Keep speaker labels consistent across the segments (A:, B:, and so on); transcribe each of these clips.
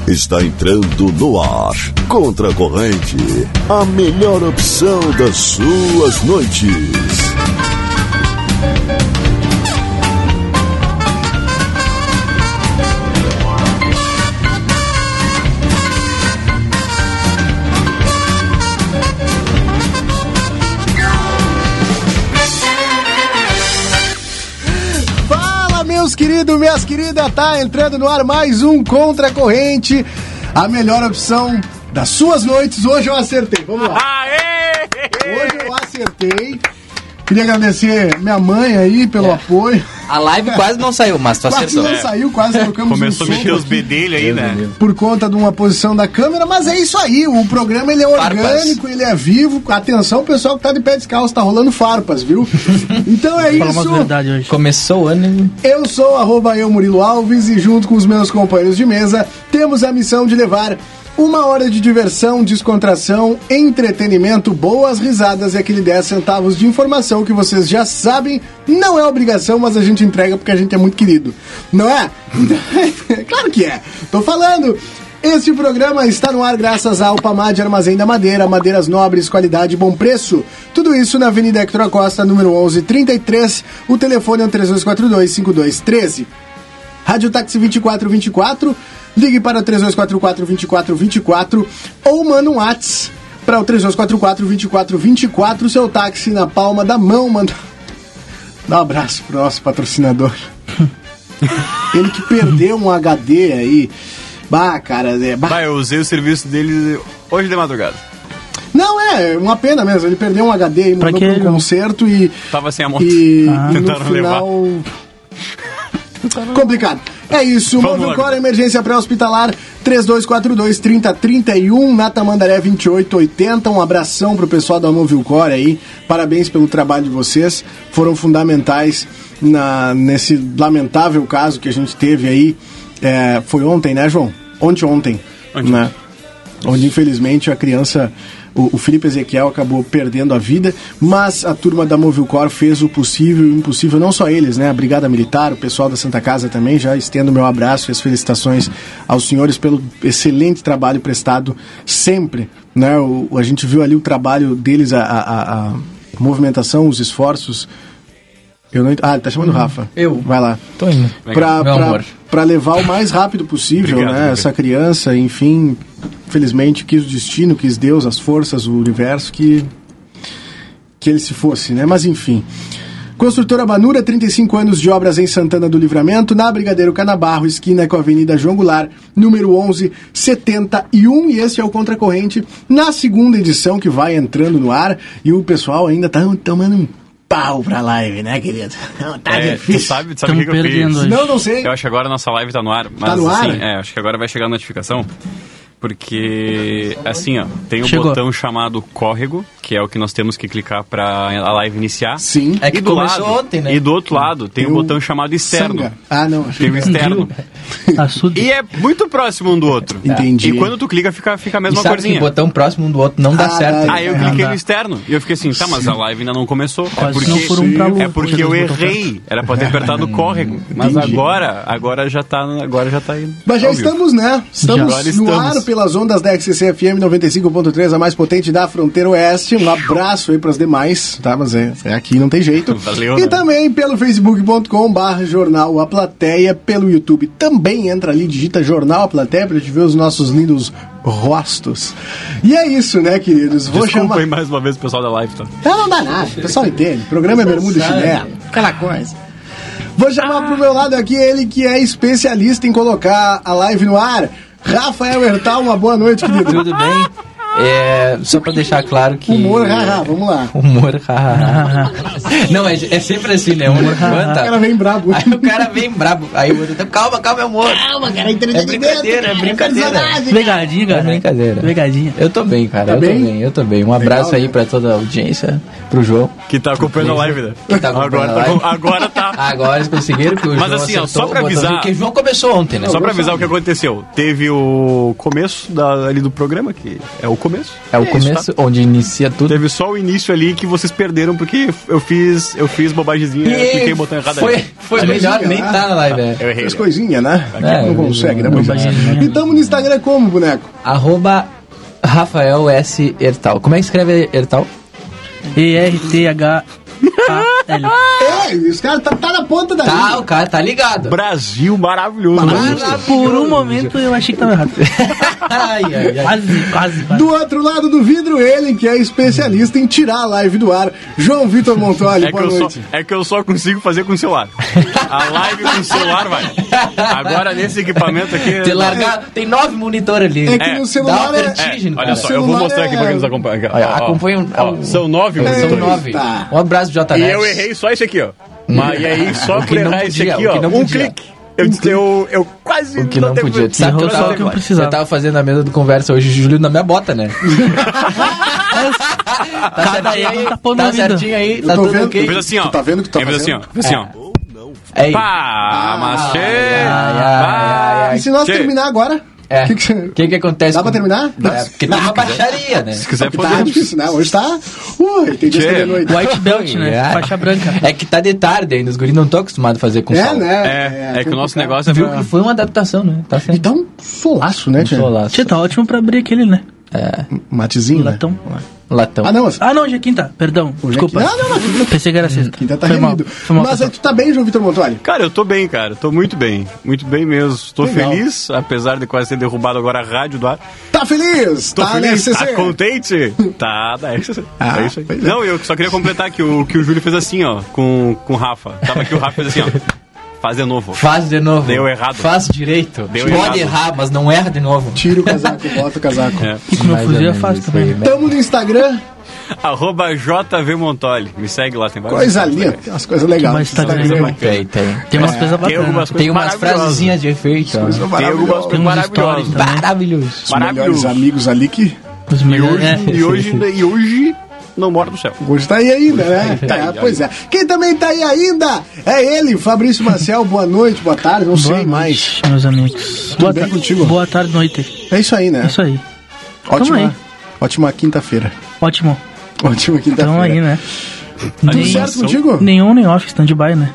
A: Está entrando no ar. Contra a corrente, a melhor opção das suas noites.
B: Querido, minhas queridas, tá entrando no ar mais um Contra a Corrente, a melhor opção das suas noites. Hoje eu acertei, vamos lá. Hoje eu acertei. Queria agradecer minha mãe aí pelo apoio.
C: A live quase não saiu, mas tu acertou.
B: Quase não saiu, quase trocamos
D: Começou a meter os bedelhos aí, né?
B: Por conta de uma posição da câmera, mas é isso aí. O programa ele é orgânico, ele é vivo. Atenção, pessoal que tá de pé descalço, tá rolando farpas, viu? Então é isso.
E: Fala uma verdade hoje.
C: Começou o ano.
B: Eu sou @eu Murilo Alves e junto com os meus companheiros de mesa temos a missão de levar 1 hora de diversão, descontração, entretenimento, boas risadas e aquele 10 centavos de informação que vocês já sabem, não é obrigação, mas a gente entrega porque a gente é muito querido, não é? Claro que é, tô falando. Este programa está no ar graças à Alpamad Armazém da Madeira, madeiras nobres, qualidade e bom preço. Tudo isso na Avenida Hector Acosta, número 1133, o telefone é o 3242-5213. Rádio Táxi 2424, ligue para o 3244-2424 ou manda um WhatsApp para o 3244-2424, seu táxi na palma da mão. Dá um abraço pro nosso patrocinador. Ele que perdeu um HD aí. Bah, cara.
D: Eu usei o serviço dele hoje de madrugada.
B: Não, é uma pena mesmo. Ele perdeu um HD aí, mandou para um concerto e...
D: Tava sem a moto.
B: E
D: tentaram
B: no final... Complicado. É isso, Movilcor, emergência pré-hospitalar 3242-3031, na Tamandaré 2880. Um abração pro pessoal da Movilcor aí. Parabéns pelo trabalho de vocês. Foram fundamentais nesse lamentável caso que a gente teve aí. Foi ontem, né, João? Ontem. Né? Onde infelizmente a criança, o Felipe Ezequiel, acabou perdendo a vida, mas a turma da Movilcor fez o possível e o impossível, não só eles, né? A Brigada Militar, o pessoal da Santa Casa também, já estendo o meu abraço e as felicitações aos senhores pelo excelente trabalho prestado sempre, né? A gente viu ali o trabalho deles, a movimentação, os esforços. Tá chamando o Rafa. Vai lá.
C: Tô indo.
B: Pra levar o mais rápido possível, obrigado, né? Essa criança, enfim, felizmente quis o destino, quis Deus, as forças, o universo, que ele se fosse, né? Mas enfim. Construtora Banura, 35 anos de obras em Santana do Livramento, na Brigadeiro Canabarro, esquina com a Avenida João Goulart, número 1171, e esse é o Contra Corrente, na segunda edição que vai entrando no ar, e o pessoal ainda tá tomando um pau pra live, né, querido? Não, tá difícil.
D: Sabe o que eu fiz?
B: Hoje. Não sei.
D: Eu acho que agora a nossa live tá no ar. Mas,
B: tá no ar?
D: Assim, acho que agora vai chegar a notificação. Porque, assim, tem um botão chamado Córrego, que é o que nós temos que clicar pra a live iniciar.
B: Sim.
C: É que começou ontem, né?
D: E do outro lado tem um botão chamado Externo.
B: Sanga. Ah, não.
D: Tem o Externo. E é muito próximo um do outro.
B: Entendi.
D: E quando tu clica, fica a mesma corzinha.
C: Que botão próximo um do outro não dá certo.
D: Aí eu cliquei no Externo. E eu fiquei assim, mas a live ainda não começou. É porque eu errei. Era pra ter apertado o Córrego. Mas agora já tá indo.
B: Mas já estamos, né? Estamos no ar pelas ondas da XCC FM 95.3, a mais potente da fronteira oeste. Um abraço aí pras demais, tá? Mas aqui não tem jeito.
D: Valeu,
B: e
D: né?
B: também pelo facebook.com/jornal A Plateia, pelo YouTube também entra ali, digita Jornal A Plateia pra gente ver os nossos lindos rostos. E é isso, né, queridos?
D: Desculpa aí mais uma vez o pessoal da live, tá?
B: Não dá nada, o pessoal entende. O programa é bermuda e chinelo, aquela coisa. Vou chamar pro meu lado aqui ele que é especialista em colocar a live no ar, Rafael Hertal. Uma boa noite, querido.
C: Tudo bem? Só pra deixar claro que...
B: Humor, haha, vamos lá.
C: Humor, haha. Não, é sempre assim, né? Humor,
B: o cara vem brabo.
C: Aí o cara vem brabo. Aí o outro, calma, meu amor.
B: Calma, cara,
C: é brincadeira.
E: Pegadinha, cara.
C: É brincadeira.
E: Pegadinha.
C: Eu tô bem, cara. Eu tô bem. Um abraço legal, aí pra toda a audiência, pro João.
D: Que tá acompanhando a live, né? Agora tá.
C: Agora eles conseguiram, que o
D: Mas
C: João
D: assim, só pra avisar...
C: Porque o João começou ontem, né?
D: Só pra avisar o que aconteceu. Teve o começo ali do programa, que é o começo.
C: É o começo, onde inicia tudo.
D: Teve só o início ali que vocês perderam, porque eu fiz bobagemzinha, eu cliquei o botão errado ali.
C: Foi melhor nem tá na live, né?
D: Eu errei.
B: Fez coisinha, né? Não consegue, né?
E: bobagemzinha.
B: E tamo no Instagram como, boneco?
C: @Rafael S. Ertal. Como é que escreve Ertal?
E: ERTHAL.
B: Os caras tá na ponta da língua.
C: O cara tá ligado.
D: Brasil maravilhoso.
E: Por um momento eu achei que tava errado. Quase.
B: Do outro lado do vidro, ele que é especialista em tirar a live do ar, João Vitor Montoli, boa noite.
D: É que eu só consigo fazer com o celular. A live com o celular vai. Agora nesse equipamento aqui...
C: Tem 9 monitores ali.
B: É que no celular
D: olha só, eu vou mostrar aqui pra quem nos acompanha.
C: Acompanham.
D: São 9 monitores.
C: São 9. Um abraço, JNet.
D: E eu errei só esse aqui, ó. Mas e aí, só por errar esse aqui, ó, um clique. Eu quase
C: o que não podia.
E: Sabe que eu precisava.
C: Eu tava fazendo a mesa de conversa hoje, Júlio, na minha bota, né?
E: Cada erro tá pondo na vida.
C: Certinho aí, tá tudo ok.
D: Fez assim, ó.
B: Tu tá vendo que tu tá
D: fazendo? Fez assim, ó.
C: Aí.
D: Pá, mas
B: E se nós terminar agora?
C: O que acontece?
B: Dá pra terminar?
C: Porque tem uma baixaria, né?
D: Se quiser
B: Tá difícil, né? Hoje tá... tem dias que é de noite.
E: White belt, né? Faixa branca.
C: É que tá de tarde ainda, os guris não estão acostumados a fazer com sol.
D: É que o nosso negócio é...
C: Viu que foi uma adaptação, né? Tá sendo.
B: E dá um solaço, né, tia?
E: Tia, tá ótimo pra abrir aquele, né?
B: Matezinho, né?
E: Latão.
B: Não,
E: hoje é quinta, perdão. Desculpa.
B: Não.
E: Pensei que era sexta.
B: Quinta tá
E: Foi mal.
B: remido. Mas aí tu tá bem, João Vitor Montoli?
D: Cara, eu tô bem, cara. Tô muito bem. Muito bem mesmo. Tô
B: Legal.
D: feliz, apesar de quase ter derrubado agora a rádio do ar.
B: Tá feliz?
D: Tô feliz?
B: Na RCC?
D: Tá contente? Tá, da RCC. É isso aí.
B: Pois é.
D: Não, eu só queria completar que o Júlio fez assim, ó, com o Rafa. Tava aqui o Rafa fez assim, ó. Faz de novo. Deu errado.
C: Faz direito.
D: Deu
C: Pode
D: errado.
C: errar, mas não erra de novo.
B: Tira o casaco, bota o casaco.
E: E com o meu fuzil é fácil também.
B: Tamo no Instagram.
D: @JVMontoli. Me segue lá, tem várias
B: Coisa linda. Tem umas coisas legais.
E: Mas tá
C: Tem
E: umas coisas bacanas.
C: Tem umas frasezinhas de efeito.
D: Tem algumas coisas
E: Tem umas histórias
D: maravilhosas.
E: também.
C: Maravilhoso.
B: Os melhores amigos ali que...
E: Os melhores.
D: E hoje não mora do céu.
B: Hoje tá aí ainda, né? Pois é. Quem também tá aí ainda é ele, Fabrício Maciel. Boa noite, boa tarde, não sei mais.
E: Meus amigos.
B: Tudo bem contigo?
E: Boa tarde, noite.
B: É isso aí, né?
E: É isso aí. Tamo aí.
B: Ótima quinta-feira.
E: Ótima quinta-feira.
B: Tamo
E: aí, né?
B: Tudo certo contigo?
E: Nenhum nem off, stand-by, né?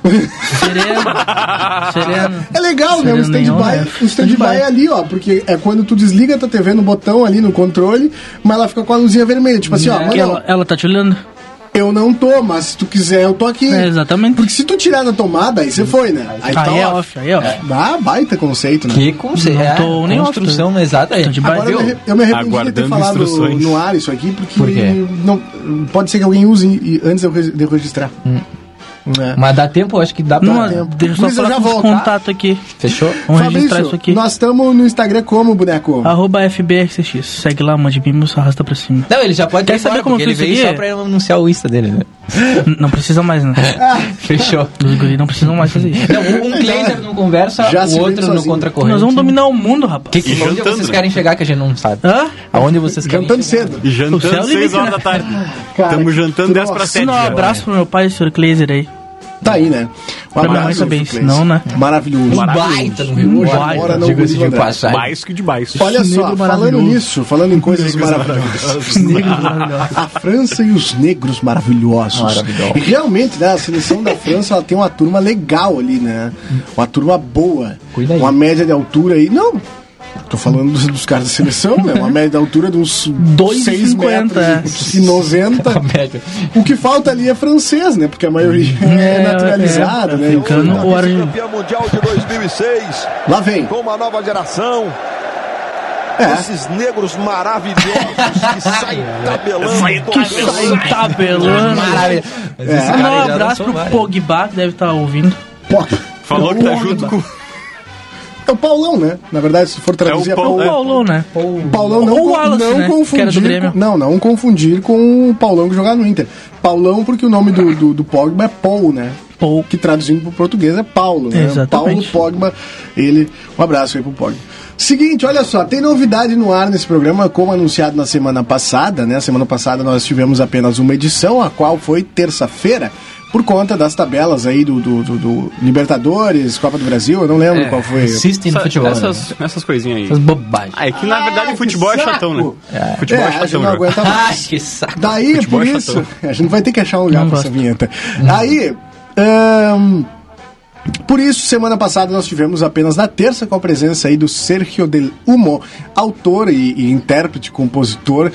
E: Sereno.
B: É legal, né? O stand-by é ali, ó, porque é quando tu desliga a tua TV no botão ali no controle, mas ela fica com a luzinha vermelha, tipo assim, ó.
E: Ela tá te olhando?
B: Eu não tô, mas se tu quiser, eu tô aqui.
E: Exatamente.
B: Porque se tu tirar da tomada, aí você foi, né?
E: Aí tá off.
B: Baita conceito, né?
C: Que conceito.
E: Não tô nem
C: construção exata aí.
B: Agora eu me arrependi de ter falado no ar isso aqui, porque
C: Por quê?
B: não, pode ser que alguém use antes de eu registrar.
C: Mas dá tempo? Acho que dá pra...
E: Não, deixa eu só falar com os contatos aqui.
C: Fechou?
E: Vamos registrar isso aqui.
B: Nós estamos no Instagram como, boneco?
E: @FBRCX. Segue lá, mande mimos, arrasta pra cima.
C: Não, ele já pode
E: Quer saber como
C: ele veio só pra anunciar o Insta dele, né?
E: Não precisa mais, né?
C: Fechou.
E: Os guris não precisam mais fazer isso.
C: Não, um Glazer não conversa, o outro no Contracorrente.
E: Nós vamos dominar o mundo, rapaz.
C: Onde vocês querem chegar que a gente não sabe? Aonde vocês querem
B: Jantando cedo.
D: E jantando 6 horas da tarde. Estamos jantando 10 para 7.
E: Um abraço pro meu pai, o Sr. Glazer aí.
B: Tá aí, né?
E: Pra minha mãe também, senão, né?
B: Maravilhoso.
C: Baita no Rio.
D: Diga-se de passagem. Mais que de baixo.
B: Olha só, falando nisso, falando em coisas maravilhosas. A França e os negros maravilhosos. E realmente, né, a seleção da França, ela tem uma turma legal ali, né? Uma turma boa.
C: Cuida aí.
B: Uma média de altura aí. Não, tô falando dos caras da seleção, né? Uma média de altura de uns 6 metros e 90. O que falta ali é francês, né? Porque a maioria é naturalizada, né?
E: Africano ou argentino.
F: Campeão mundial de 2006.
B: Lá vem.
F: Com uma nova geração. Esses negros maravilhosos que saem tabelando.
E: Um abraço pro Pogba, que deve estar ouvindo.
D: Falou que tá junto com...
B: É o Paulão, né? Na verdade, se for traduzir,
E: é o Paulão, né?
B: Paulão não,
E: o Wallace,
B: não
E: né?
B: confundir. Não confundir com o Paulão que jogava no Inter. Paulão, porque o nome do Pogba é Paul, né? Paul. Que traduzindo pro português é Paulo, né?
E: Exatamente.
B: Paulo Pogba, ele. Um abraço aí pro Pogba. Seguinte, olha só, tem novidade no ar nesse programa, como anunciado na semana passada, né? Semana passada nós tivemos apenas uma edição, a qual foi terça-feira. por conta das tabelas aí do Libertadores, Copa do Brasil, eu não lembro qual foi.
C: Assistem no futebol.
D: Essas coisinhas aí.
C: Essas bobagens.
D: É que na verdade futebol é chatão, né? Futebol é chatão,
B: a gente não aguenta mais.
C: Que saco.
B: Daí,
D: futebol
B: por
D: é
B: isso,
D: chatão.
B: a gente vai ter que achar um lugar pra essa vinheta. Aí, por isso, semana passada nós tivemos apenas na terça com a presença aí do Sergio Del Humo, autor e intérprete, compositor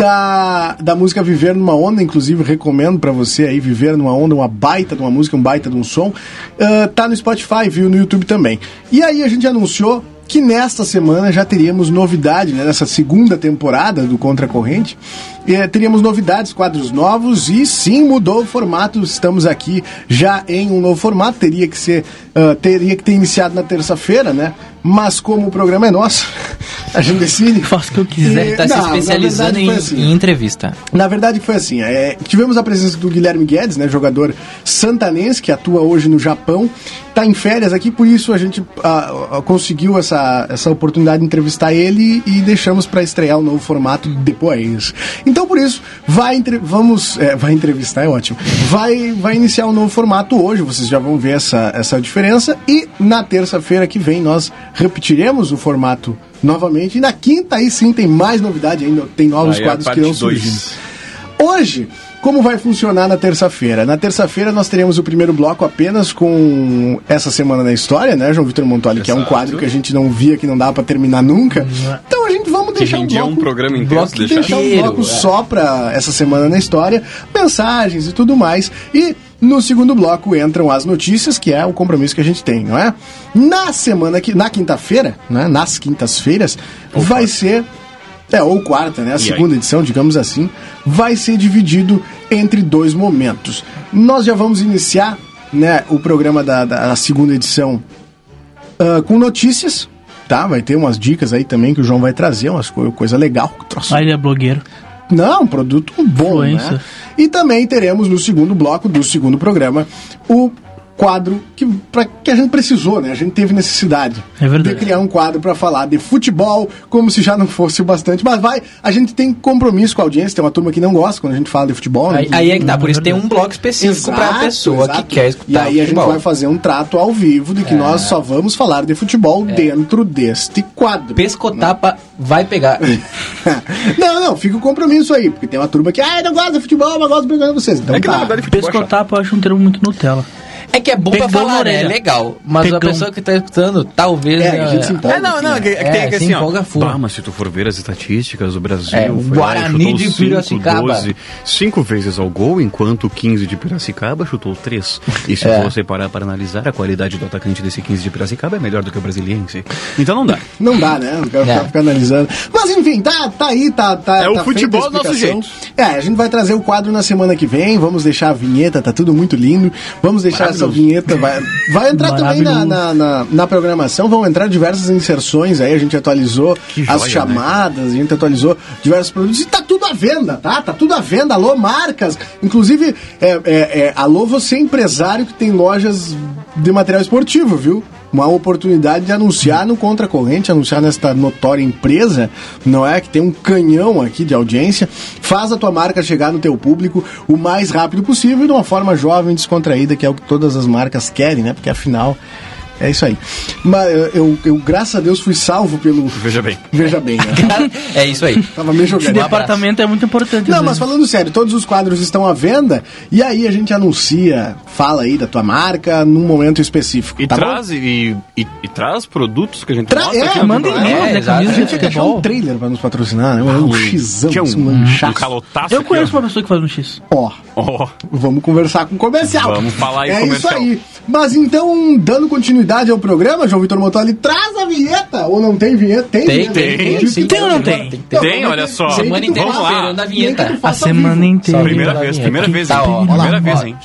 B: da música Viver Numa Onda. Inclusive recomendo pra você aí, Viver Numa Onda, uma baita de uma música, um baita de um som. Tá no Spotify, viu, no YouTube também. E aí a gente anunciou que nesta semana já teríamos novidade, né, nessa segunda temporada do Contra a Corrente. Teríamos novidades, quadros novos e sim, mudou o formato. Estamos aqui já em um novo formato. Teria que ter iniciado na terça-feira, né? Mas como o programa é nosso, a gente decide.
E: Faço o que eu quiser.
C: Tá se especializando em entrevista.
B: Na verdade foi assim, tivemos a presença do Guilherme Guedes, né, jogador santanense, que atua hoje no Japão, tá em férias aqui, por isso a gente conseguiu essa oportunidade de entrevistar ele e deixamos para estrear o novo formato depois. Então por isso, vai entrevistar, é ótimo. Vai iniciar um novo formato hoje, vocês já vão ver essa diferença, e na terça-feira que vem nós repetiremos o formato novamente, e na quinta aí sim tem mais novidade ainda, tem novos quadros que irão surgindo. Hoje, como vai funcionar na terça-feira? Na terça-feira nós teremos o primeiro bloco apenas com essa semana na história, né, João Vitor Montoli, que é um quadro que a gente não via, que não dava pra terminar nunca. Então a gente vamos deixar
D: um programa inteiro,
B: deixar um bloco só pra essa semana na história, mensagens e tudo mais. E no segundo bloco entram as notícias, que é o compromisso que a gente tem, não é? Na quinta-feira, né, nas quintas-feiras, vai ser... ou quarta, né? A segunda edição, digamos assim, vai ser dividido entre dois momentos. Nós já vamos iniciar, né, o programa da segunda edição com notícias, tá? Vai ter umas dicas aí também que o João vai trazer, umas coisa legal.
E: Ele é blogueiro.
B: Não, um produto bom, né? E também teremos no segundo bloco do segundo programa o quadro que a gente precisou, né? A gente teve necessidade de criar um quadro para falar de futebol, como se já não fosse o bastante. Mas a gente tem compromisso com a audiência, tem uma turma que não gosta quando a gente fala de futebol. Né?
C: Aí é que dá, por isso tem um bloco específico para a pessoa que quer escutar.
B: E aí a gente vai fazer um trato ao vivo de que nós só vamos falar de futebol dentro deste quadro.
C: Pescotapa vai pegar.
B: Não, fica o compromisso aí, porque tem uma turma que não gosta de futebol, mas gosta de brigar com vocês. Então
D: que na verdade
E: pescotapa eu acho um termo muito Nutella.
C: É que é bom pra falar, né? É legal. Mas a pessoa que tá escutando, talvez...
B: a gente se empolga.
D: Tem
C: assim, empolga full.
D: Mas se tu for ver as estatísticas, o Brasil
C: o Guarani de Piracicaba
D: 5 vezes ao gol, enquanto o 15 de Piracicaba chutou 3. E se você parar para analisar, a qualidade do atacante desse 15 de Piracicaba é melhor do que o brasiliense. Então não dá.
B: Não dá, né? Não quero ficar analisando. Mas enfim, tá aí, tá
D: o futebol do nosso jeito.
B: A gente vai trazer o quadro na semana que vem, vamos deixar a vinheta, tá tudo muito lindo. Vamos deixar essa vinheta, vai entrar também na programação, vão entrar diversas inserções aí, a gente atualizou as chamadas, né? A gente atualizou diversos produtos e tá tudo à venda, tá? Tá tudo à venda, alô marcas, inclusive, alô você empresário que tem lojas de material esportivo, viu? Uma oportunidade de anunciar no Contra a Corrente, anunciar nesta notória empresa, não é? Que tem um canhão aqui de audiência. Faz a tua marca chegar no teu público o mais rápido possível e de uma forma jovem, descontraída, que é o que todas as marcas querem, né? Porque afinal... É isso aí. Mas eu, graças a Deus, fui salvo pelo...
D: Veja bem,
B: né?
C: É isso aí.
B: Tava meio jogando.
E: Esse departamento é muito importante.
B: Não, mas falando sério, todos os quadros estão à venda e aí a gente anuncia, fala aí da tua marca num momento específico.
D: E
B: tá
D: traz
B: bom?
D: e traz produtos que a gente mostra aqui.
E: Manda e-mail, né?
B: A gente tinha que achar um trailer pra nos patrocinar, né? Um xizão,
D: um calotaço.
E: Eu conheço uma pessoa que faz um X.
B: Vamos conversar com o comercial.
D: Vamos falar aí
B: É
D: comercial.
B: isso aí. Mas então, dando continuidade ao programa, João Vitor Montoli, traz a vinheta. Ou não tem vinheta? Tem
E: ou não tem?
D: Tem, olha só.
C: Semana inteira esperando a vinheta.
E: A semana inteira.
D: Primeira vez, hein? Primeira vez, hein?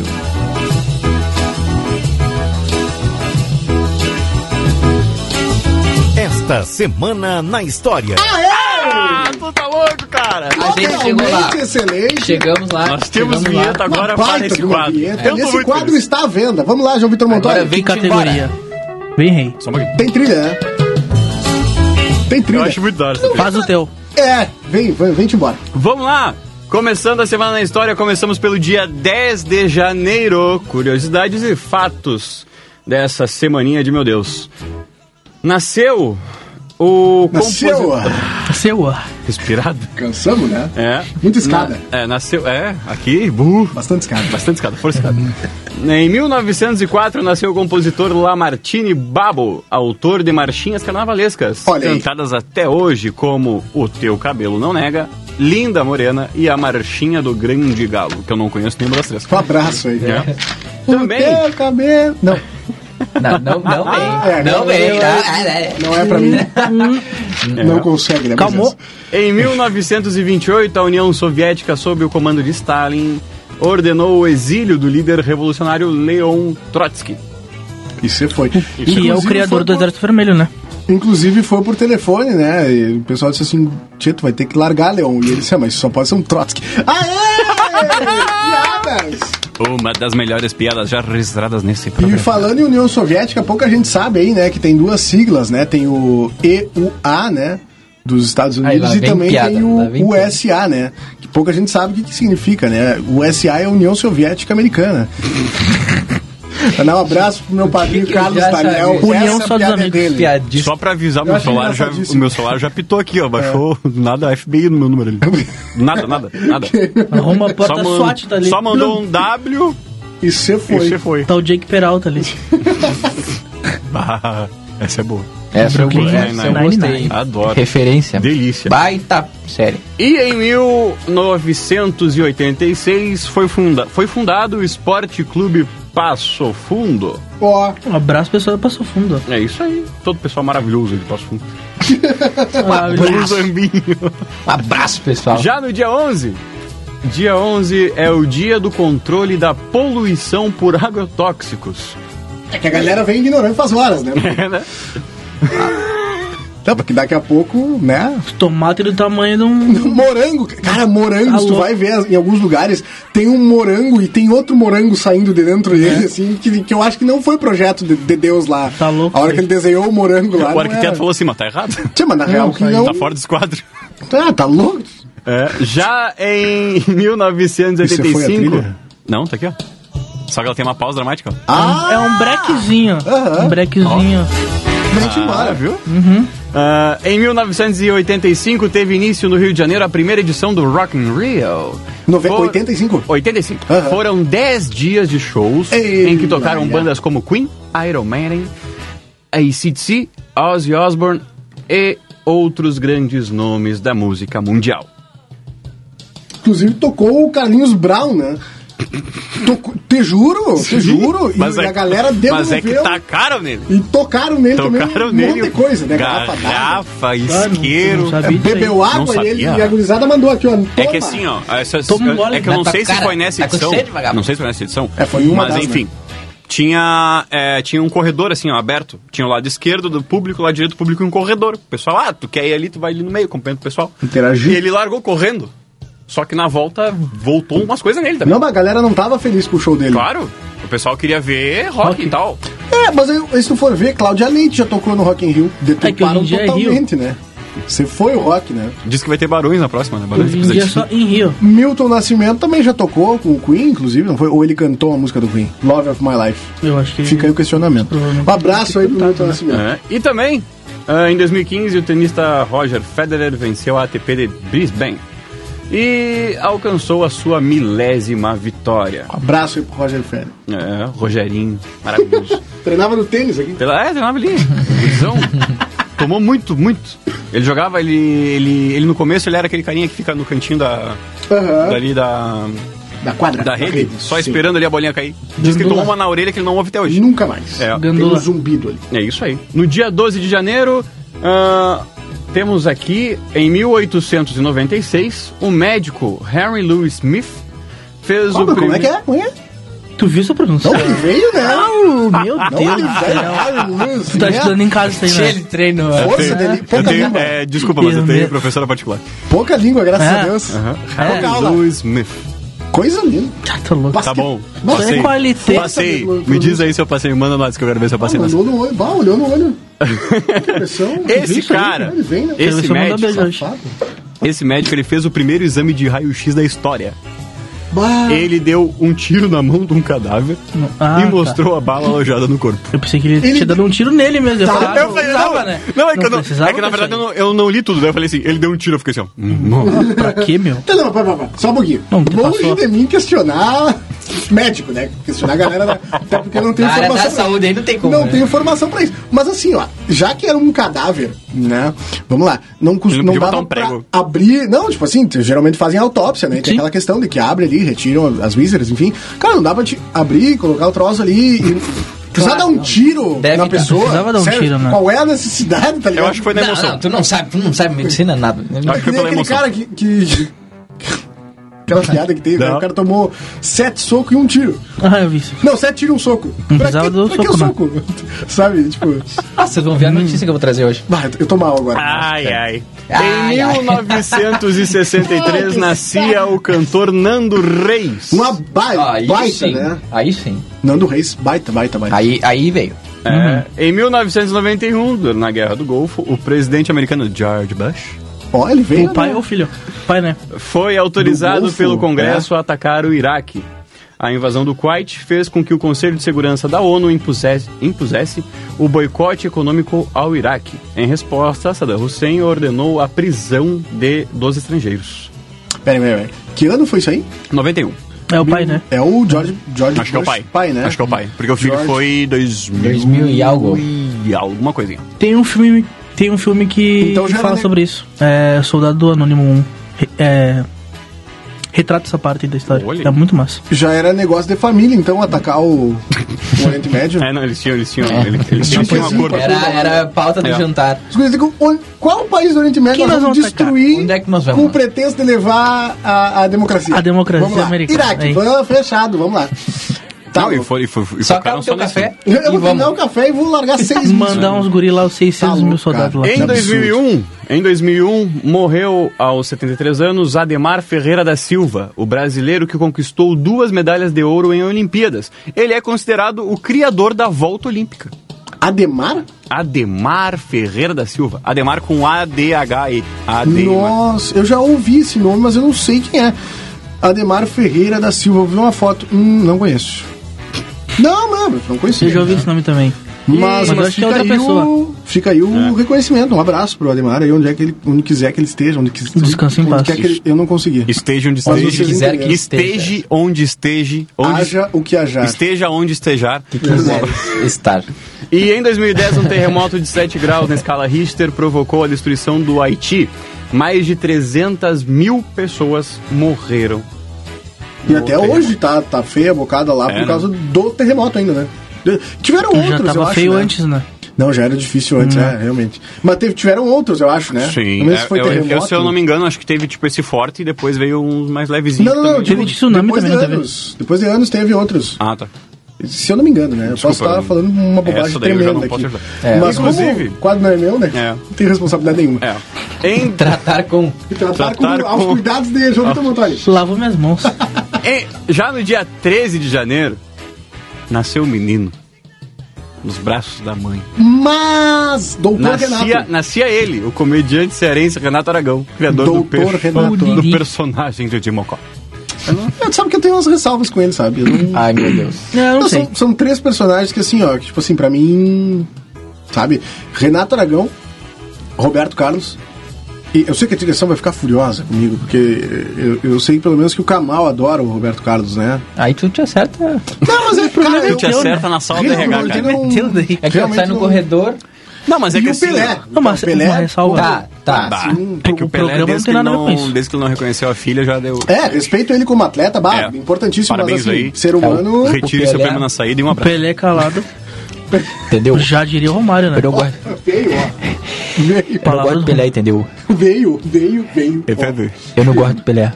A: Esta semana na história.
D: Tu tá louco, cara?
C: A gente chegou lá.
B: Excelente.
C: Chegamos lá.
D: Nós temos vinheta agora para esse quadro.
B: Esse quadro está à venda. Vamos lá, João Vitor Montoli.
C: Agora vem
E: categoria. Vem, rei.
B: Tem trilha, né? Tem trilha.
D: Eu acho muito da hora.
E: Faz o teu.
B: Vem-te embora.
D: Vamos lá. Começando a Semana na História, começamos pelo dia 10 de janeiro. Curiosidades e fatos dessa semaninha de meu Deus. Nasceu o compositor...
E: Nasceu.
D: Respirado.
B: Cansamos, né?
D: É.
B: Muita escada.
D: Nasceu... aqui...
B: Bastante escada.
D: Bastante escada, força escada. Em 1904, nasceu o compositor Lamartine Babo, autor de marchinhas carnavalescas, cantadas até hoje como O Teu Cabelo Não Nega, Linda Morena e a Marchinha do Grande Galo, que eu não conheço nenhuma das três.
B: Um abraço aí.
D: Também...
B: O teu cabelo... Não é pra mim. Não consegue, né?
E: Calmou.
D: Em 1928, a União Soviética, sob o comando de Stalin, ordenou o exílio do líder revolucionário Leon Trotsky.
B: E você foi.
E: Que é o criador do Exército Vermelho, né?
B: Inclusive foi por telefone, né? E o pessoal disse assim: Tchê, tu vai ter que largar, Leon. E ele disse: mas só pode ser um Trotsky. Piadas!
D: Uma das melhores piadas já registradas nesse programa.
B: E falando em União Soviética, pouca gente sabe aí, né? Que tem duas siglas, né? Tem o EUA, né? Dos Estados Unidos, e também tem o USA, né? Que pouca gente sabe o que significa, né? O USA é a União Soviética Americana. Vou dar um abraço pro meu padrinho Carlos Daniel.
E: União só dos amigos.
D: Só pra avisar, o meu celular já pitou aqui, ó. Baixou nada FBI no meu número ali. Nada.
E: Arruma a porta SWAT tá ali.
D: Só mandou um W
B: e você foi.
E: Tá o Jake Peralta ali.
D: Essa é boa.
C: Essa eu gostei.
D: Adoro.
C: Referência.
D: Delícia.
C: Baita série.
D: E em 1986 foi fundado o Esporte Clube Passo Fundo.
E: Um abraço, pessoal do Passo Fundo.
D: É isso aí. Todo o pessoal maravilhoso de Passo Fundo.
C: Um abraço, pessoal.
D: Já no dia 11... Dia 11 é o dia do controle da poluição por agrotóxicos.
B: É que a galera vem ignorando faz horas, né?
D: Né?
B: Não, porque daqui a pouco, né?
E: Tomate do tamanho de um...
B: Morango. Cara, morango, tu vai ver em alguns lugares, tem um morango e tem outro morango saindo de dentro dele, assim, que eu acho que não foi projeto de Deus lá.
E: Tá louco.
B: A hora que ele desenhou o morango lá.
D: O arquiteto falou assim, mas tá errado.
B: Tchê, mas na real que não...
D: Tá fora do esquadro.
B: Tá louco.
D: Já em 1985... Não, tá aqui, ó. Só que ela tem uma pausa dramática, ó.
E: É um brequezinho. Um brequezinho.
D: Viu? Em 1985 teve início no Rio de Janeiro a primeira edição do Rock in Rio.
B: 85?
D: 85. Foram 10 dias de shows em que tocaram bandas como Queen, Iron Maiden, AC/DC, Ozzy Osbourne e outros grandes nomes da música mundial.
B: Inclusive tocou o Carlinhos Brown, né? Te juro. E a galera devolveu.
D: Mas é que tacaram nele.
B: E tocaram nele também um monte de coisa, né?
D: Garrafa, isqueiro.
B: Bebeu água e a gurizada mandou aqui, ó. Toma.
D: É que assim, ó. É que eu não sei se foi nessa edição. Não sei se foi nessa edição.
B: Foi uma
D: mas
B: das,
D: enfim.
B: Né?
D: Tinha um corredor assim, ó, aberto. Tinha o lado esquerdo do público, o lado direito do público e um corredor. O pessoal, tu quer ir ali, tu vai ali no meio, acompanhando o pessoal.
B: Interagir.
D: E ele largou correndo. Só que na volta voltou umas coisas nele também.
B: Não, mas a galera não tava feliz com o show dele.
D: Claro, o pessoal queria ver rock e tal.
B: Mas aí, se tu for ver, Cláudia Leite já tocou no Rock in Rio. Deturparam totalmente, né? Você foi o rock, né?
D: Diz que vai ter Barões na próxima, né? Barões
E: hoje em dia só em Rio.
B: Milton Nascimento também já tocou com o Queen, inclusive, não foi? Ou ele cantou a música do Queen? Love of My Life.
E: Eu acho que...
B: Fica aí o questionamento. Um abraço aí pro Milton Nascimento.
D: E também, em 2015, o tenista Roger Federer venceu a ATP de Brisbane e alcançou a sua 1000ª vitória.
B: Um abraço aí pro Roger Federer.
D: Rogerinho, maravilhoso.
B: Treinava no tênis aqui?
D: Treinava ali. Tomou muito. Ele jogava, ele no começo ele era aquele carinha que fica no cantinho dali da
B: quadra.
D: Da rede, só esperando ali a bolinha cair. Diz que ele tomou uma na orelha que ele não ouve até hoje.
B: Nunca mais. Tem um zumbido ali.
D: É isso aí. No dia 12 de janeiro... temos aqui, em 1896, o médico Henry Louis Smith fez o primeiro...
B: Como é que é?
E: Tu viu essa pronúncia?
B: Não, ele veio, né?
E: Meu Deus. Tu tá estudando em casa isso aí, né?
C: Ele treino.
B: Força dele, pouca língua.
D: Desculpa, mas eu tenho professora particular.
B: Pouca língua, graças a Deus.
D: Henry Louis Smith.
B: Coisa linda.
E: Tá louco.
D: Tá bom.
E: Passei.
D: Me diz aí se eu passei. Manda no WhatsApp que eu quero ver se eu passei.
B: Olhou no olho. Olhou no olho.
D: Esse cara, esse médico, Esse médico, ele fez o primeiro exame de raio-x da história. Ele deu um tiro na mão de um cadáver e mostrou a bala alojada no corpo.
E: Eu pensei que ele tinha dado um tiro nele mesmo.
D: Eu falei, é que na verdade eu não li tudo. Daí eu falei assim, ele deu um tiro, eu fiquei assim, ó.
E: Pra quê, meu?
B: Não, só um pouquinho. Longe de mim questionar médico, né? Questionar a galera, até porque não tem informação.
C: Da saúde aí não tem como.
B: Não tem informação pra isso. Mas assim, ó, já que era um cadáver, né? Vamos lá, não dava pra abrir. Não, tipo assim, geralmente fazem autópsia, né? Tem aquela questão de que abre ali, retiram as vísceras, enfim. Cara, não dá pra abrir, colocar o troço ali e precisava dar um tiro na pessoa.
E: Precisava dar um tiro, né?
B: Qual é a necessidade, tá ligado?
D: Eu acho que foi na emoção.
C: Não, tu não sabe medicina, nada.
D: Eu acho que foi pela emoção.
B: Cara que aquela piada que teve, o cara tomou 7 socos e um tiro.
E: Eu vi isso.
B: Não, 7 tiros e um soco.
E: Não precisava do soco,
B: que o soco? Sabe, tipo...
C: Vocês vão ver a notícia que eu vou trazer hoje.
B: Eu tô mal agora.
D: Ai. Em 1963 nascia o cantor Nando Reis.
B: Uma baita, né?
C: Aí sim.
B: Nando Reis, baita.
C: Aí veio.
D: Em 1991, na Guerra do Golfo, o presidente americano George Bush...
B: ele veio.
E: O pai ou o filho? Pai, né?
D: Foi autorizado pelo Congresso a atacar o Iraque. A invasão do Kuwait fez com que o Conselho de Segurança da ONU impusesse o boicote econômico ao Iraque. Em resposta, Saddam Hussein ordenou a prisão dos estrangeiros.
B: Peraí. Que ano foi isso aí?
D: 91.
E: É o pai, né?
B: É o George
D: Acho que é o pai.
B: Né?
D: Acho que é o pai. Porque o filho foi
C: 2000 e algo.
D: E alguma coisinha.
E: Tem um filme que fala sobre isso. Soldado do Anônimo 1. Retrata essa parte da história. Olha. É muito massa.
B: Já era negócio de família, então, atacar o Oriente Médio.
D: Não, eles tinham um acordo.
C: Era pauta do jantar.
B: Qual país do Oriente Médio nós vamos destruir
C: Onde é que nós vamos?
B: com o pretexto de levar a democracia?
E: A democracia americana.
B: Iraque, fechado, vamos lá.
D: Não, e
C: focaram só café.
B: Eu vou terminar o café e vou largar 6 mil.
E: Mandar uns guri lá, os 600 mil soldados lá.
D: Em 2001, morreu aos 73 anos Ademar Ferreira da Silva, o brasileiro que conquistou 2 medalhas de ouro em Olimpíadas. Ele é considerado o criador da volta olímpica.
B: Ademar?
D: Ademar Ferreira da Silva. Ademar com A-D-H-E.
B: Nossa, eu já ouvi esse nome, mas eu não sei quem é. Ademar Ferreira da Silva. Eu vi uma foto. Não conheço. Não conhecia.
E: Eu já ouvi esse nome também.
B: Mas
E: acho que é outra pessoa.
B: Fica aí o reconhecimento. Um abraço pro Ademar aí, onde quiser que ele esteja.
E: Descanse em paz.
B: Eu não consegui.
D: Esteja onde esteja.
C: Quiser que
D: esteja onde esteja.
B: Haja o que hajar.
D: Esteja onde estejar.
C: Que quiser estar.
D: E em 2010, um terremoto de 7 graus na escala Richter provocou a destruição do Haiti. Mais de 300 mil pessoas morreram.
B: E até hoje tá feia a bocada lá por causa do terremoto ainda, né? Tiveram outros,
E: já tava feio antes, né?
B: Não, já era difícil antes, realmente. Mas tiveram outros, eu acho, né?
D: Sim. Se eu não me engano, acho que teve tipo esse forte e depois veio uns mais levezinhos.
B: Não,
E: teve tsunami também, não teve?
B: Depois de anos teve outros.
D: Ah, tá.
B: Se eu não me engano, né? Eu posso estar falando uma bobagem tremenda aqui. Mas inclusive, o quadro não é meu, né? Não tem responsabilidade nenhuma.
C: Em tratar com
B: aos cuidados de João Vitor Montoli.
E: Lavo minhas mãos.
D: Já no dia 13 de janeiro, nasceu um menino nos braços da mãe.
B: Mas, doutor Renato.
D: Nascia ele, o comediante cearense Renato Aragão, criador do personagem de Dimocó.
B: Tu sabe que eu tenho umas ressalvas com ele, sabe?
C: Ai, meu Deus.
E: Não sei.
B: São 3 personagens que assim, ó, que, tipo assim, pra mim, sabe? Renato Aragão, Roberto Carlos. E eu sei que a direção vai ficar furiosa comigo, porque eu sei pelo menos que o Kamal adora o Roberto Carlos, né?
C: Aí tu te acerta.
B: Não, mas cara,
D: tu te acerta na sala do RH, cara.
C: É que sai no corredor.
D: Não, mas é que
B: o Pelé.
D: Assim,
E: não, mas o Pelé.
C: Tá.
D: É que o Pelé, desde que ele não reconheceu a filha, já deu.
B: Respeito ele como atleta, importantíssimo.
D: Parabéns,
B: mas assim,
D: aí.
B: Ser humano.
D: Retire seu prêmio na saída e um abraço.
E: O Pelé calado.
C: Entendeu?
E: Já diria o Romário, né?
C: Eu gosto.
B: Veio, ó.
C: Eu não gosto do Pelé, entendeu?
B: Veio.
C: Eu não gosto do Pelé.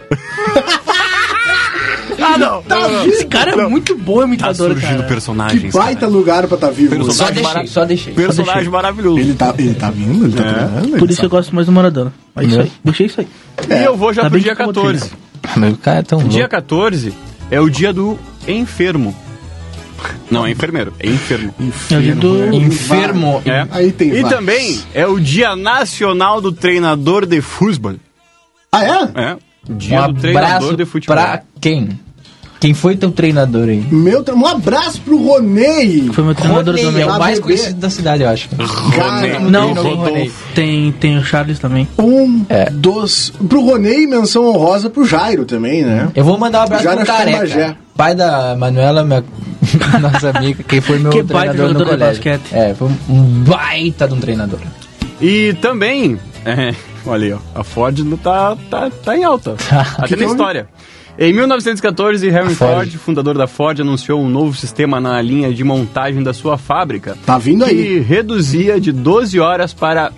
D: Não.
E: Esse cara é muito bom imitador,
D: tá surgindo personagem.
B: Que baita lugar pra estar vivo.
C: Só deixei.
D: Personagem maravilhoso.
B: Ele tá vindo, ele tá treinando.
E: Por isso eu gosto mais do Maradona. É isso aí. Deixei isso aí.
D: E eu vou já pro dia 14.
C: Meu cara é tão louco.
D: Dia 14 é o dia do enfermo. Não, é enfermeiro. É enfermo.
E: É o dia do
C: enfermo.
B: Aí tem
D: e também é o dia nacional do treinador de futebol.
B: Ah, é?
D: É. Dia do treinador de futebol.
C: Pra quem? Quem foi teu treinador aí?
B: Um abraço pro Ronei.
E: Foi meu treinador também.
C: É o mais conhecido da cidade, eu acho.
B: Cara,
E: não, tem o Charles também.
B: Pro Ronei, menção honrosa pro Jairo também, né?
C: Eu vou mandar um abraço pro Careca, pai da Manuela, nossa amiga, que foi meu treinador no colégio. Basquete. Foi um baita de um treinador.
D: E também, olha aí, ó, a Ford tá em alta, até na história. Em 1914, Henry Ford, fundador da Ford, anunciou um novo sistema na linha de montagem da sua fábrica.
B: Tá vindo aí.
D: Que reduzia de 12 horas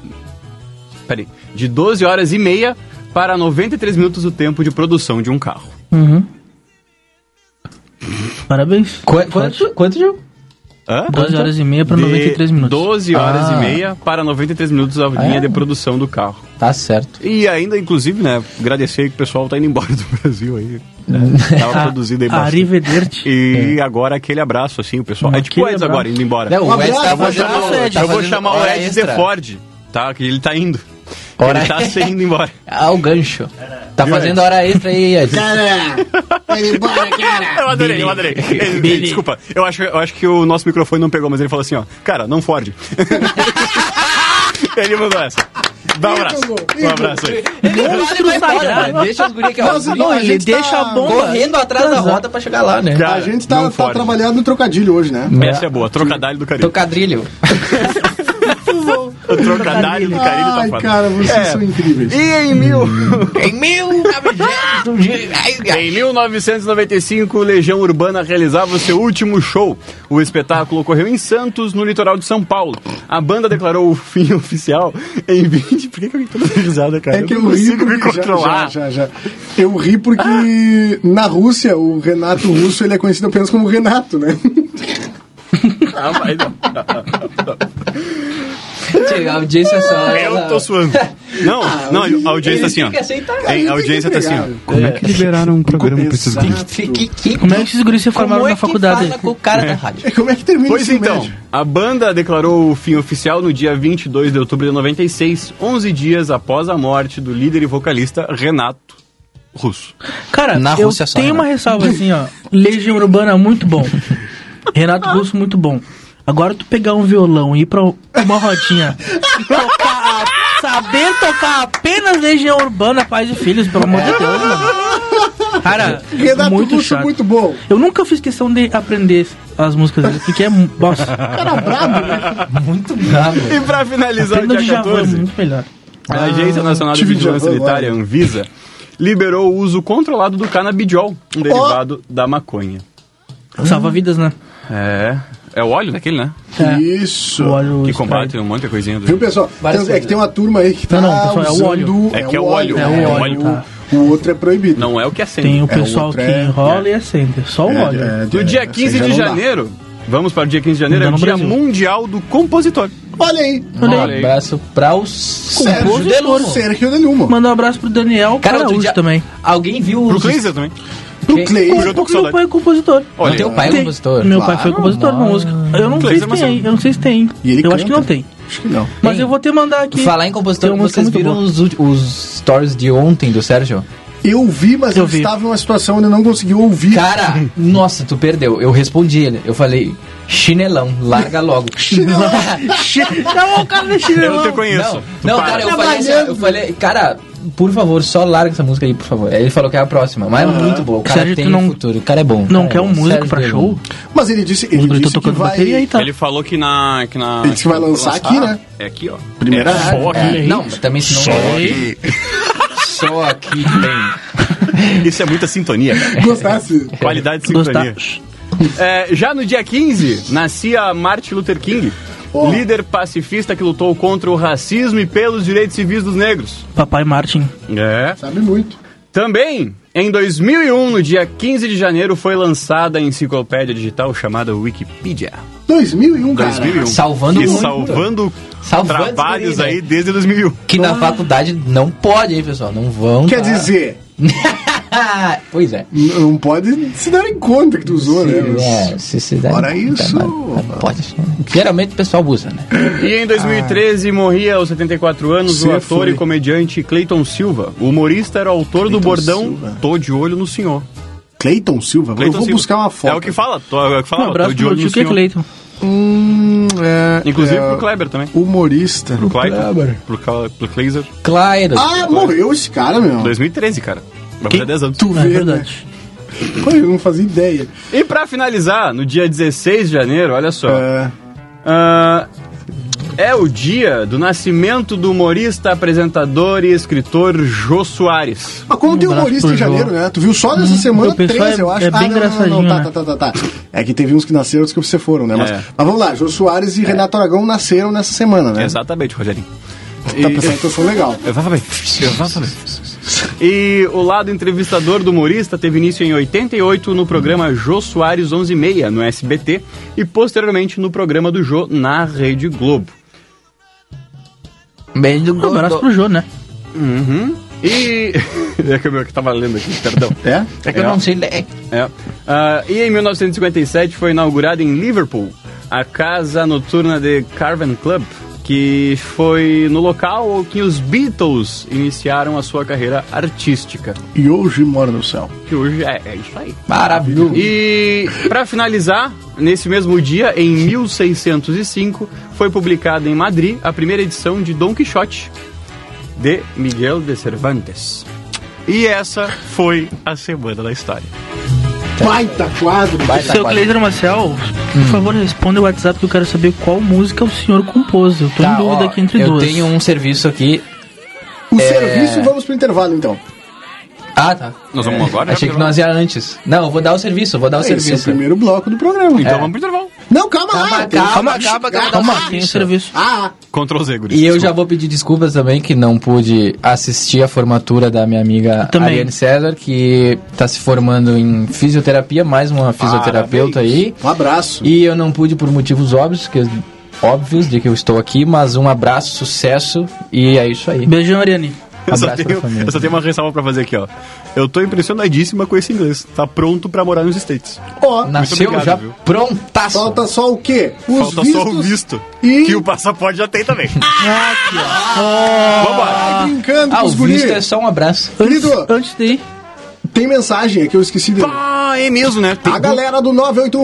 D: e meia para 93 minutos o tempo de produção de um carro.
E: Parabéns.
C: Quanto, Gil?
E: 12 horas e meia para 93 minutos.
D: 12 horas e meia para 93 minutos a linha de produção do carro.
C: Tá certo.
D: E ainda, inclusive, né, agradecer que o pessoal tá indo embora do Brasil aí. Tava produzido aí bastante.
E: Arrivederci.
D: E agora aquele abraço, assim, o pessoal. É tipo o Eds agora, indo embora.
C: O Eds tá
D: eu vou chamar o Eds de Ford, tá? Que ele tá indo. Ele tá indo embora.
C: O gancho. Tá fazendo hora extra aí, Ed.
B: Cara, vai embora, cara.
D: Eu adorei. Desculpa, eu acho que o nosso microfone não pegou, mas ele falou assim, ó. Cara, não Ford. Ele mandou essa. Dá um abraço. Um abraço aí.
C: Deixa os guri que
E: ele deixa a bomba
C: correndo atrás da roda pra chegar lá, né?
B: Cara, a gente tá trabalhando no trocadilho hoje, né?
D: Essa é boa, trocadilho do carinho.
C: Trocadilho.
D: O trocadilho do carinho tá foda.
B: Cara, vocês são incríveis.
D: E em 1995, Legião Urbana realizava o seu último show. O espetáculo ocorreu em Santos, no litoral de São Paulo. A banda declarou o fim oficial em 20... Por que eu tô dando risada, cara?
B: É que eu ri porque...
D: me controlar.
B: Já. Eu ri porque na Rússia, o Renato Russo, ele é conhecido apenas como Renato, né?
D: Mas não.
C: A audiência só...
D: Eu tô suando. Não, a audiência tá assim, ó. A audiência tá assim, ó. Como é que liberaram um programa pra esses guris?
E: Como é que esses guris se formaram na faculdade?
C: Com o cara da rádio?
B: Como é que termina
D: Pois então, a banda declarou o fim oficial no dia 22 de outubro de 96, 11 dias após a morte do líder e vocalista Renato Russo.
E: Cara, eu tenho uma ressalva assim, ó. Legião Urbana, muito bom. Renato Russo, muito bom. Agora tu pegar um violão e ir pra uma rodinha e saber tocar apenas Legião Urbana, Pais e Filhos, pelo amor de Deus, mano. Cara,
B: Renato
E: muito
B: Russo,
E: chato.
B: muito bom.
E: Eu nunca fiz questão de aprender as músicas dele, porque é... Nossa.
B: Cara brabo, né?
C: Muito brabo.
D: E pra finalizar o dia 14,
E: é muito melhor.
D: A Agência Nacional de Vigilância Sanitária, Anvisa, liberou o uso controlado do canabidiol, um derivado da maconha.
E: Salva vidas, né?
D: É o óleo daquele, né?
B: Isso.
E: O óleo
D: que combate um monte de coisinha.
B: Viu, pessoal? É que tem uma turma aí que tá
E: pessoal, é o óleo.
D: É que é o óleo.
B: O outro é proibido.
D: Não é o que acende.
E: Tem o pessoal que enrola e acende. Só o óleo.
D: No dia 15 de janeiro, vamos para o dia 15 de janeiro, é o Dia Mundial do Compositor.
B: Olha aí.
C: Um abraço para os
B: Sérgio Delumo.
E: Manda um abraço pro Daniel Araújo também.
C: Alguém viu...
D: Pro Cleiser também.
B: Pro Cleiser.
E: Meu pai é compositor.
C: Olha, teu pai é compositor?
E: Meu pai foi compositor de música. Eu não sei se tem, eu não sei se tem. Eu acho que não tem.
B: Acho que não.
E: Mas eu vou te mandar aqui.
C: Falar em compositor, vocês viram os stories de ontem do Sérgio?
B: Eu vi, mas eu estava numa situação onde eu não consegui ouvir.
C: Cara, nossa, tu perdeu. Eu respondi ele. Eu falei, chinelão, larga logo.
E: Chinelão. Não, o cara é chinelão.
D: Eu não te conheço.
C: Não, cara, eu falei, cara, por favor, só larga essa música aí, por favor. Aí ele falou que é a próxima, mas é muito boa. O cara Sérgio, tem futuro, o cara é bom.
E: Não quer um músico pra show?
B: Mas ele disse que vai...
E: bateria aí, tá?
D: Ele falou que na...
B: Ele disse que vai lançar aqui, né?
D: É aqui, ó.
B: Primeira
D: só aqui.
C: Não, mas também se não... Só aqui tem.
D: Isso é muita sintonia.
B: Gostasse.
D: Qualidade de sintonia. Já no dia 15, nascia Martin Luther King, líder pacifista que lutou contra o racismo e pelos direitos civis dos negros.
E: Papai Martin.
B: Sabe muito.
D: Também, em 2001, no dia 15 de janeiro, foi lançada a enciclopédia digital chamada Wikipedia.
B: 2001, cara.
D: 2001.
C: Salvando
D: trabalhos aí desde 2001.
C: Que na faculdade não pode, hein, pessoal? Não vão.
B: Quer dizer...
C: Pois é.
B: Não pode se dar em conta que tu usou, né?
C: Se der.
B: Fora isso...
C: Pode. Geralmente o pessoal usa, né?
D: E em 2013 morria aos 74 anos o ator e comediante Cleiton Silva. O humorista era o autor do bordão Tô de olho no senhor.
B: Cleiton Silva? Eu vou buscar uma foto.
D: É o que fala.
E: Um abraço pro meu tio que é Cleiton.
D: Inclusive pro Kleber também.
B: Humorista.
D: Pro Kleber. Pro Kleiser.
C: Claro.
B: Morreu esse cara, meu.
D: 2013, cara. Vai fazer 10 anos.
B: Tu vê, verdade. Pô, eu não fazia ideia.
D: E pra finalizar, no dia 16 de janeiro, olha só. É o dia do nascimento do humorista, apresentador e escritor Jô Soares.
B: Mas como tem humorista em janeiro, né? Tu viu só nessa semana 13, eu acho.
E: É bem engraçadinho, né?
B: Tá. É que teve uns que nasceram, outros que você foram, né? Mas vamos lá, Jô Soares e Renato Aragão nasceram nessa semana, né?
D: Exatamente, Rogerinho.
B: Tá pensando que eu sou legal.
D: Exatamente. E o lado entrevistador do humorista teve início em 88 no programa Jô Soares 11h30 no SBT e posteriormente no programa do Jô na Rede Globo.
E: Um abraço pro Jô, né?
D: E... é que eu tava lendo aqui, perdão.
C: É que eu não sei ler.
D: E em 1957 foi inaugurada em Liverpool a Casa Noturna de Cavern Club, que foi no local que os Beatles iniciaram a sua carreira artística.
B: E hoje mora no céu.
D: Que hoje é isso aí.
C: Maravilhoso.
D: E para finalizar, nesse mesmo dia, em 1605, foi publicada em Madrid a primeira edição de Dom Quixote, de Miguel de Cervantes. E essa foi a Semana da História.
B: Baita quadro.
E: Seu Cleiser Marcel, por favor, responda o WhatsApp que eu quero saber qual música o senhor compôs. Eu tô em dúvida aqui entre duas.
C: Eu tenho um serviço aqui.
B: Serviço, vamos pro intervalo então.
C: Tá.
D: Nós vamos agora?
C: Achei que nós ia antes. Não, eu vou dar o serviço,
B: Esse é o primeiro bloco do programa.
D: Então vamos pro intervalo.
B: Não, calma.
E: Tem o serviço.
D: Ctrl Z, guris.
C: E eu já vou pedir desculpas também que não pude assistir a formatura da minha amiga Ariane César, que tá se formando em fisioterapia, mais uma fisioterapeuta aí.
B: Um abraço.
C: E eu não pude por motivos óbvios de que eu estou aqui, mas um abraço, sucesso e é isso aí.
E: Beijão, Ariane.
D: Eu só tenho uma ressalva pra fazer aqui, ó. Eu tô impressionadíssima com esse inglês. Tá pronto pra morar nos States.
C: Nasceu
D: obrigado,
C: já
D: viu?
C: Prontaço.
B: Falta só o quê?
D: Falta só o visto.
B: E...
D: que o passaporte já tem também.
E: Aqui,
B: Vambora. Brincando com os
C: o visto é só um abraço.
E: Antes de ir,
B: tem mensagem aqui, eu esqueci de...
D: É mesmo, né?
B: A galera do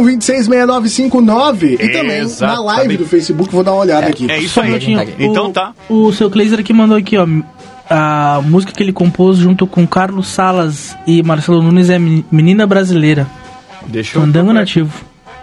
B: 981266959 e também na live do Facebook, vou dar uma olhada aqui.
D: É isso aí. Então tá.
E: O seu Cleiser aqui mandou aqui, ó. A música que ele compôs junto com Carlos Salas e Marcelo Nunes é Menina Brasileira.
D: Deixa eu
E: Fandango Nativo.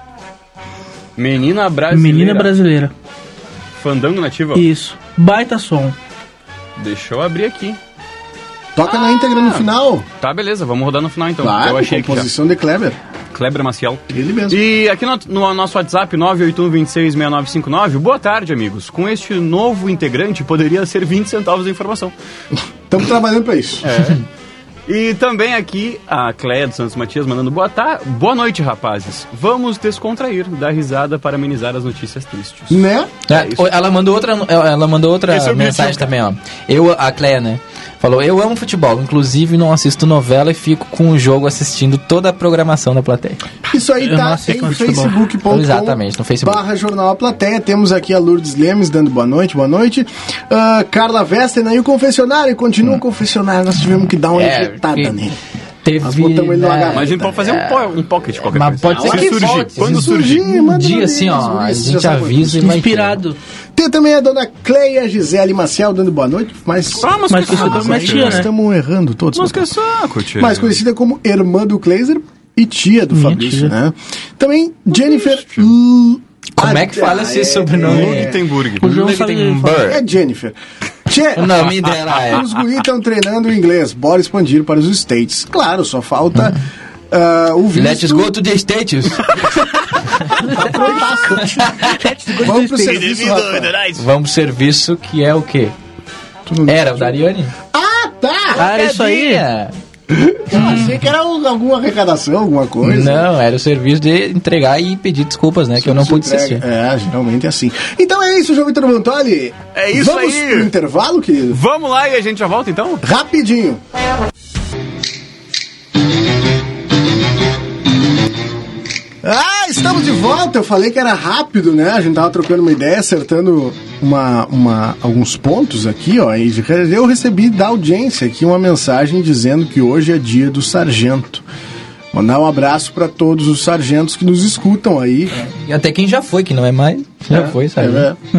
D: Menina Brasileira. Fandango Nativo?
E: Isso. Baita som.
D: Deixa eu abrir aqui.
B: Toca na íntegra no final.
D: Tá, beleza. Vamos rodar no final então.
B: Claro,
D: eu achei
B: composição de Kleber
D: Maciel.
B: Ele mesmo.
D: E aqui no nosso WhatsApp, 981266959, boa tarde, amigos. Com este novo integrante, poderia ser 20 centavos de informação.
B: Estamos trabalhando para isso.
D: E também aqui a Cléia dos Santos Matias mandando boa noite, rapazes. Vamos descontrair, dar risada para amenizar as notícias tristes.
B: Né?
C: Ela mandou outra mensagem também, ó. A Cléia, né? Falou, eu amo futebol, inclusive não assisto novela e fico com o jogo assistindo toda a programação da plateia.
B: Isso aí tá em facebook.com.
C: Exatamente, no Facebook.
B: /Jornal A Plateia. Temos aqui a Lourdes Lemes dando boa noite. Carla Vesten aí o confessionário, continua o confessionário, nós tivemos que dar uma injetada nele. Nós botamos ele no H.
D: Mas a gente pode fazer um pocket qualquer
C: coisa.
D: Pode ser que surgir. Quando surgir
C: um dia assim, ó, a gente avisa e vai
E: inspirado.
B: Tem também a dona Cleia Gisele Maciel dando boa noite, mas
E: que minha tia, né?
B: Estamos errando todos.
D: Mas que saco, tia.
B: Mais conhecida como irmã do Kleiser e tia do Fabrício, né? Também Jennifer...
C: Como é que fala esse sobrenome?
D: Luxemburgo.
B: É Jennifer.
C: O nome dela é...
B: Os guris estão treinando o inglês. Bora expandir para os States. Claro, só falta o visto...
C: Let's go to the States.
B: Vamos pro serviço,
C: Vamos pro serviço que é o quê? Era o da Ariane?
E: Era isso aí.
B: Eu achei que era alguma arrecadação, alguma coisa.
C: Não, era o serviço de entregar e pedir desculpas, né? Que eu não pude assistir.
B: Geralmente é assim. Então é isso, João Vitor Montoli.
D: É isso
B: Vamos
D: aí.
B: Vamos pro intervalo, querido?
D: Vamos lá e a gente já volta, então?
B: Rapidinho. Estamos de volta. Eu falei que era rápido, né? A gente tava trocando uma ideia, acertando alguns pontos aqui, ó. E eu recebi da audiência aqui uma mensagem dizendo que hoje é dia do sargento. Mandar um abraço para todos os sargentos que nos escutam aí.
C: E até quem já foi, que não é mais. Já foi, sabe?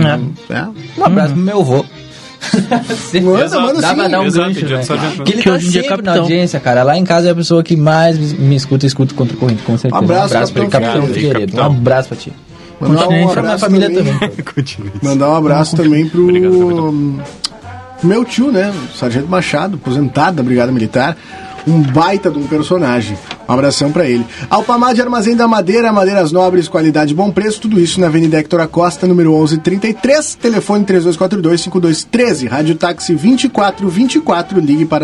C: Um abraço pro meu avô.
B: Manda
C: dá pra dar um gancho, né? Que ele tá sempre na audiência, cara. Lá em casa é a pessoa que mais me escuta contra a corrente, com certeza.
B: Um abraço
C: pra ele, Capitão Figueiredo. Um abraço pra ti.
B: Mandar um abraço pra minha família também. Mandar um abraço também pro meu tio, né? O Sargento Machado, aposentado da Brigada Militar. Um baita de um personagem. Um abração pra ele. Alpamar de Armazém da Madeira, madeiras nobres, qualidade e bom preço, tudo isso na Avenida Héctor Acosta, número 1133, telefone 3242-5213, rádio táxi 2424, ligue para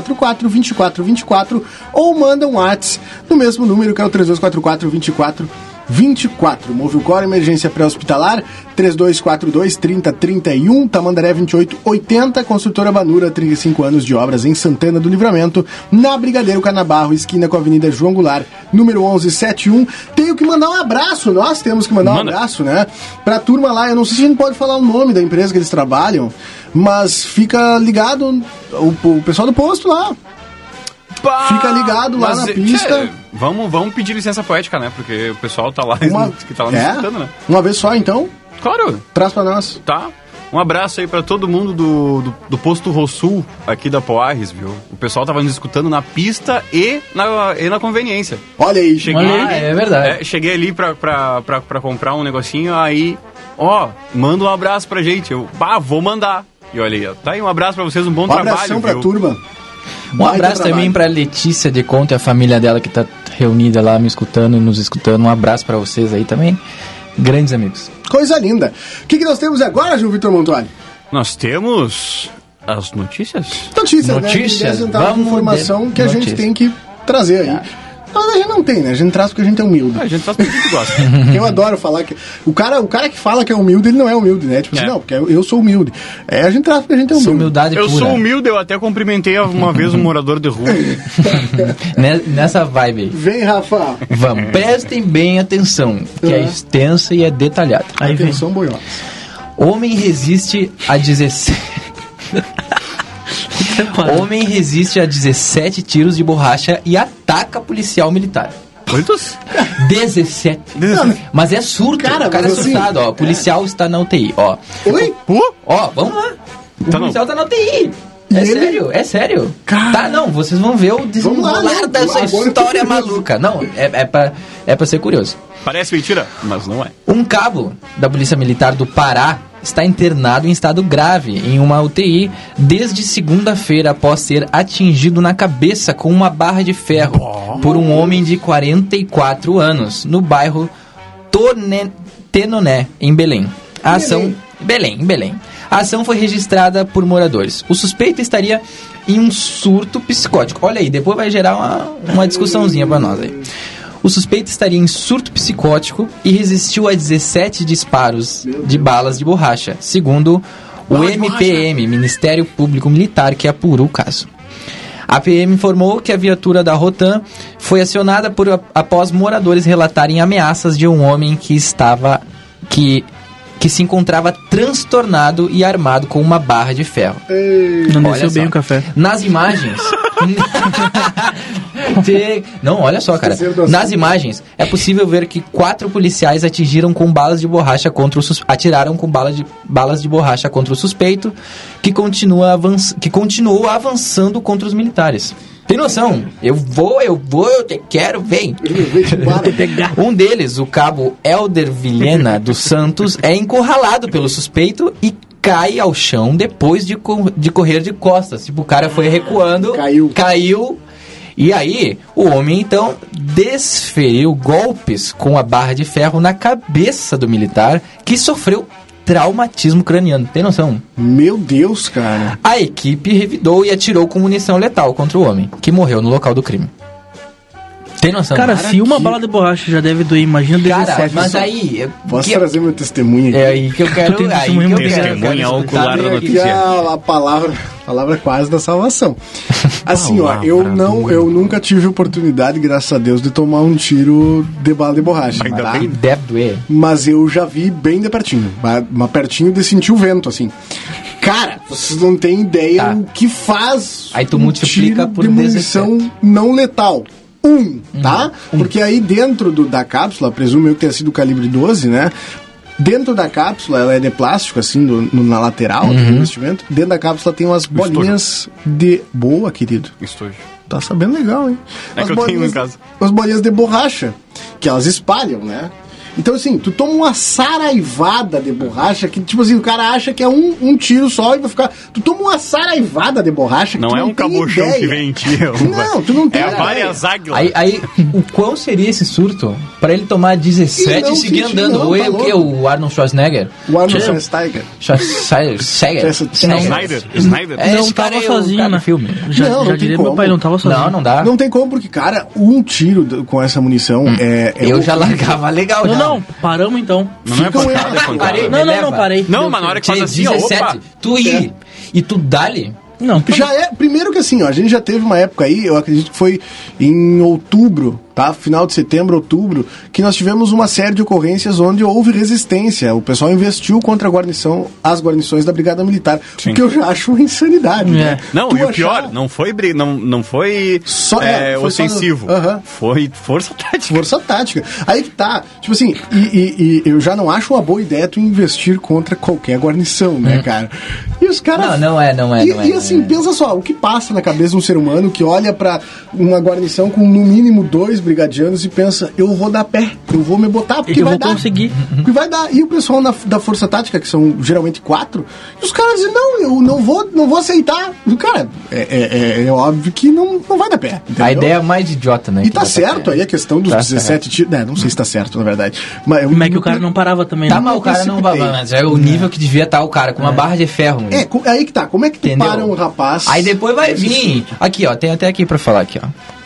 B: 3244-2424 ou manda um WhatsApp no mesmo número que é o 3244-2424. Movilcor, emergência pré-hospitalar, 3242-3031, Tamandaré 2880, Construtora Banura, 35 anos de obras em Santana do Livramento, na Brigadeiro Canabarro, esquina com a Avenida João Goulart, número 1171. Tenho que mandar um abraço, nós temos que mandar um abraço, né? Pra turma lá, eu não sei se a gente pode falar o nome da empresa que eles trabalham, mas fica ligado, o pessoal do posto lá. Fica ligado lá na pista.
D: Vamos pedir licença poética, né? Porque o pessoal tá lá que tá lá nos escutando, né?
B: Uma vez só, então?
D: Claro.
B: Traz pra nós.
D: Tá. Um abraço aí pra todo mundo do posto Rossul aqui da Poarres, viu? O pessoal tava nos escutando na pista e na conveniência.
B: Olha aí.
C: É verdade.
D: Cheguei ali pra comprar um negocinho, aí, manda um abraço pra gente. Eu, vou mandar. E olha aí, tá aí, um abraço pra vocês, um bom trabalho,
B: abração pra turma.
C: Um abraço também pra Letícia de Conte e a família dela que tá reunida lá me escutando e nos escutando. Um abraço pra vocês aí também. Grandes amigos.
B: Coisa linda. O que nós temos agora, João Vitor Montuari?
D: Nós temos as notícias.
B: Notícias, né? Vamos informação que a gente tem que trazer aí. Mas a gente não tem, né? A gente traz porque a gente é humilde.
D: A gente traz porque a gente gosta.
B: Eu adoro falar que... O cara que fala que é humilde, ele não é humilde, né? Tipo assim, não, porque eu sou humilde. A gente traz porque a gente é humilde.
C: Humildade pura.
D: Eu sou humilde, eu até cumprimentei uma vez um morador de rua.
C: Nessa vibe aí.
B: Vem, Rafa.
C: Vamos. Prestem bem atenção, que é extensa e é detalhada.
B: Atenção, boiolas.
C: Homem resiste a 17... Homem resiste a 17 tiros de borracha e ataca policial militar.
D: Quantos?
C: 17. Mas é surto. O cara é assustado, ó. O policial está na UTI, ó.
B: Oi?
C: Vamos lá. O policial está na UTI. É sério.
B: Cara.
C: Tá, não, vocês vão ver o desenrolar dessa história maluca. Não, é pra ser curioso.
D: Parece mentira, mas não é.
C: Um cabo da Polícia Militar do Pará está internado em estado grave em uma UTI desde segunda-feira após ser atingido na cabeça com uma barra de ferro por um homem de 44 anos no bairro Tenoné, em Belém. A ação... Belém. A ação foi registrada por moradores. O suspeito estaria em um surto psicótico. Olha aí, depois vai gerar uma discussãozinha pra nós aí. O suspeito estaria em surto psicótico e resistiu a 17 disparos de balas de borracha, segundo o MPM, Ministério Público Militar, que apurou o caso. A PM informou que a viatura da Rotan foi acionada após moradores relatarem ameaças de um homem que se encontrava transtornado e armado com uma barra de ferro.
E: Não desceu bem o café.
C: Nas imagens... Não, olha só, cara. Nas imagens, é possível ver que 4 policiais atiraram com balas de borracha contra o suspeito, que continuou avançando contra os militares. Tem noção? Eu te quero, vem. Um deles, o cabo Helder Vilhena dos Santos, é encurralado pelo suspeito e cai ao chão depois de correr de costas. Tipo, o cara foi recuando, caiu. E aí, o homem, então, desferiu golpes com a barra de ferro na cabeça do militar, que sofreu traumatismo craniano. Tem noção?
B: Meu Deus, cara.
C: A equipe revidou e atirou com munição letal contra o homem, que morreu no local do crime. Tem noção?
E: Cara, se uma bala de borracha já deve doer, imagina 17.
C: Cara, mas aí...
B: Posso trazer meu testemunho aqui?
C: É aí que eu quero...
D: Testemunha ocular da notícia.
B: A palavra Palavra quase da salvação. Assim, eu nunca tive oportunidade, graças a Deus, de tomar um tiro de bala de borracha.
C: Ainda bem, deve doer.
B: Mas eu já vi bem de pertinho. Mas pertinho de sentir o vento, assim. Cara, vocês não têm ideia o que faz
C: aí tu multiplica por
B: de munição 17. Não letal. Tá? Porque aí dentro da cápsula, presumo eu que tenha sido calibre 12, né? Dentro da cápsula, ela é de plástico, assim, na lateral do revestimento. Dentro da cápsula tem umas bolinhas de... Boa, querido.
D: Estojo.
B: Tá sabendo legal, hein?
D: É que eu tenho em casa.
B: Umas bolinhas de borracha, que elas espalham, né? Então, assim, tu toma uma saraivada de borracha que, tipo assim, o cara acha que é um tiro só e vai ficar... Tu toma uma saraivada de borracha que
D: não é um cabochão que vem em ti.
B: Não, tu não tem
D: ideia. Várias águilas.
C: Aí, o qual seria esse surto pra ele tomar 17 e seguir andando? Ou é o quê? O Arnold Schwarzenegger?
B: O Arnold Schwarzenegger.
D: Snyder.
E: Não tava sozinho no filme. Já diria meu pai, não tava sozinho.
C: Não dá.
B: Não tem como, porque, cara, um tiro com essa munição
C: eu já largava legal já.
E: Não, paramos então.
D: Não é pancada, é pancada.
E: Não, parei.
D: Não, mas na hora que faz assim,
C: 17, tu ir e tu dá-lhe.
E: Não,
B: já é. Primeiro que assim, ó, a gente já teve uma época aí, eu acredito que foi em outubro, tá? Final de setembro, outubro, que nós tivemos uma série de ocorrências onde houve resistência. O pessoal investiu contra as guarnições da Brigada Militar. Sim. O que eu já acho uma insanidade. Né?
D: Não, e o pior, não foi só, foi ofensivo. Foi força tática.
B: Força tática. Aí que tá. Tipo assim, e eu já não acho uma boa ideia tu investir contra qualquer guarnição, né, cara? E os caras...
C: Não é.
B: E assim, pensa só, o que passa na cabeça de um ser humano que olha pra uma guarnição com no mínimo 2 brigadianos e pensa, eu vou dar pé, eu vou me botar, porque vai dar.
E: Conseguir.
B: Porque vai dar. E o pessoal da Força Tática, que são geralmente 4, e os caras dizem, não, eu não vou aceitar. Cara, é óbvio que não vai dar pé. Entendeu?
C: A ideia é mais idiota, né?
B: E tá certo aí a questão dos 17 tiros. Não sei se tá certo, na verdade. Mas
E: como é que o cara não parava também?
C: Tá, mas o cara não parava, mas é o nível que devia estar o cara, com uma barra de ferro. Né?
B: Aí que tá, como é que tu para um rapaz...
C: Aí depois vai vir... Aqui, ó, tem até aqui pra falar aqui,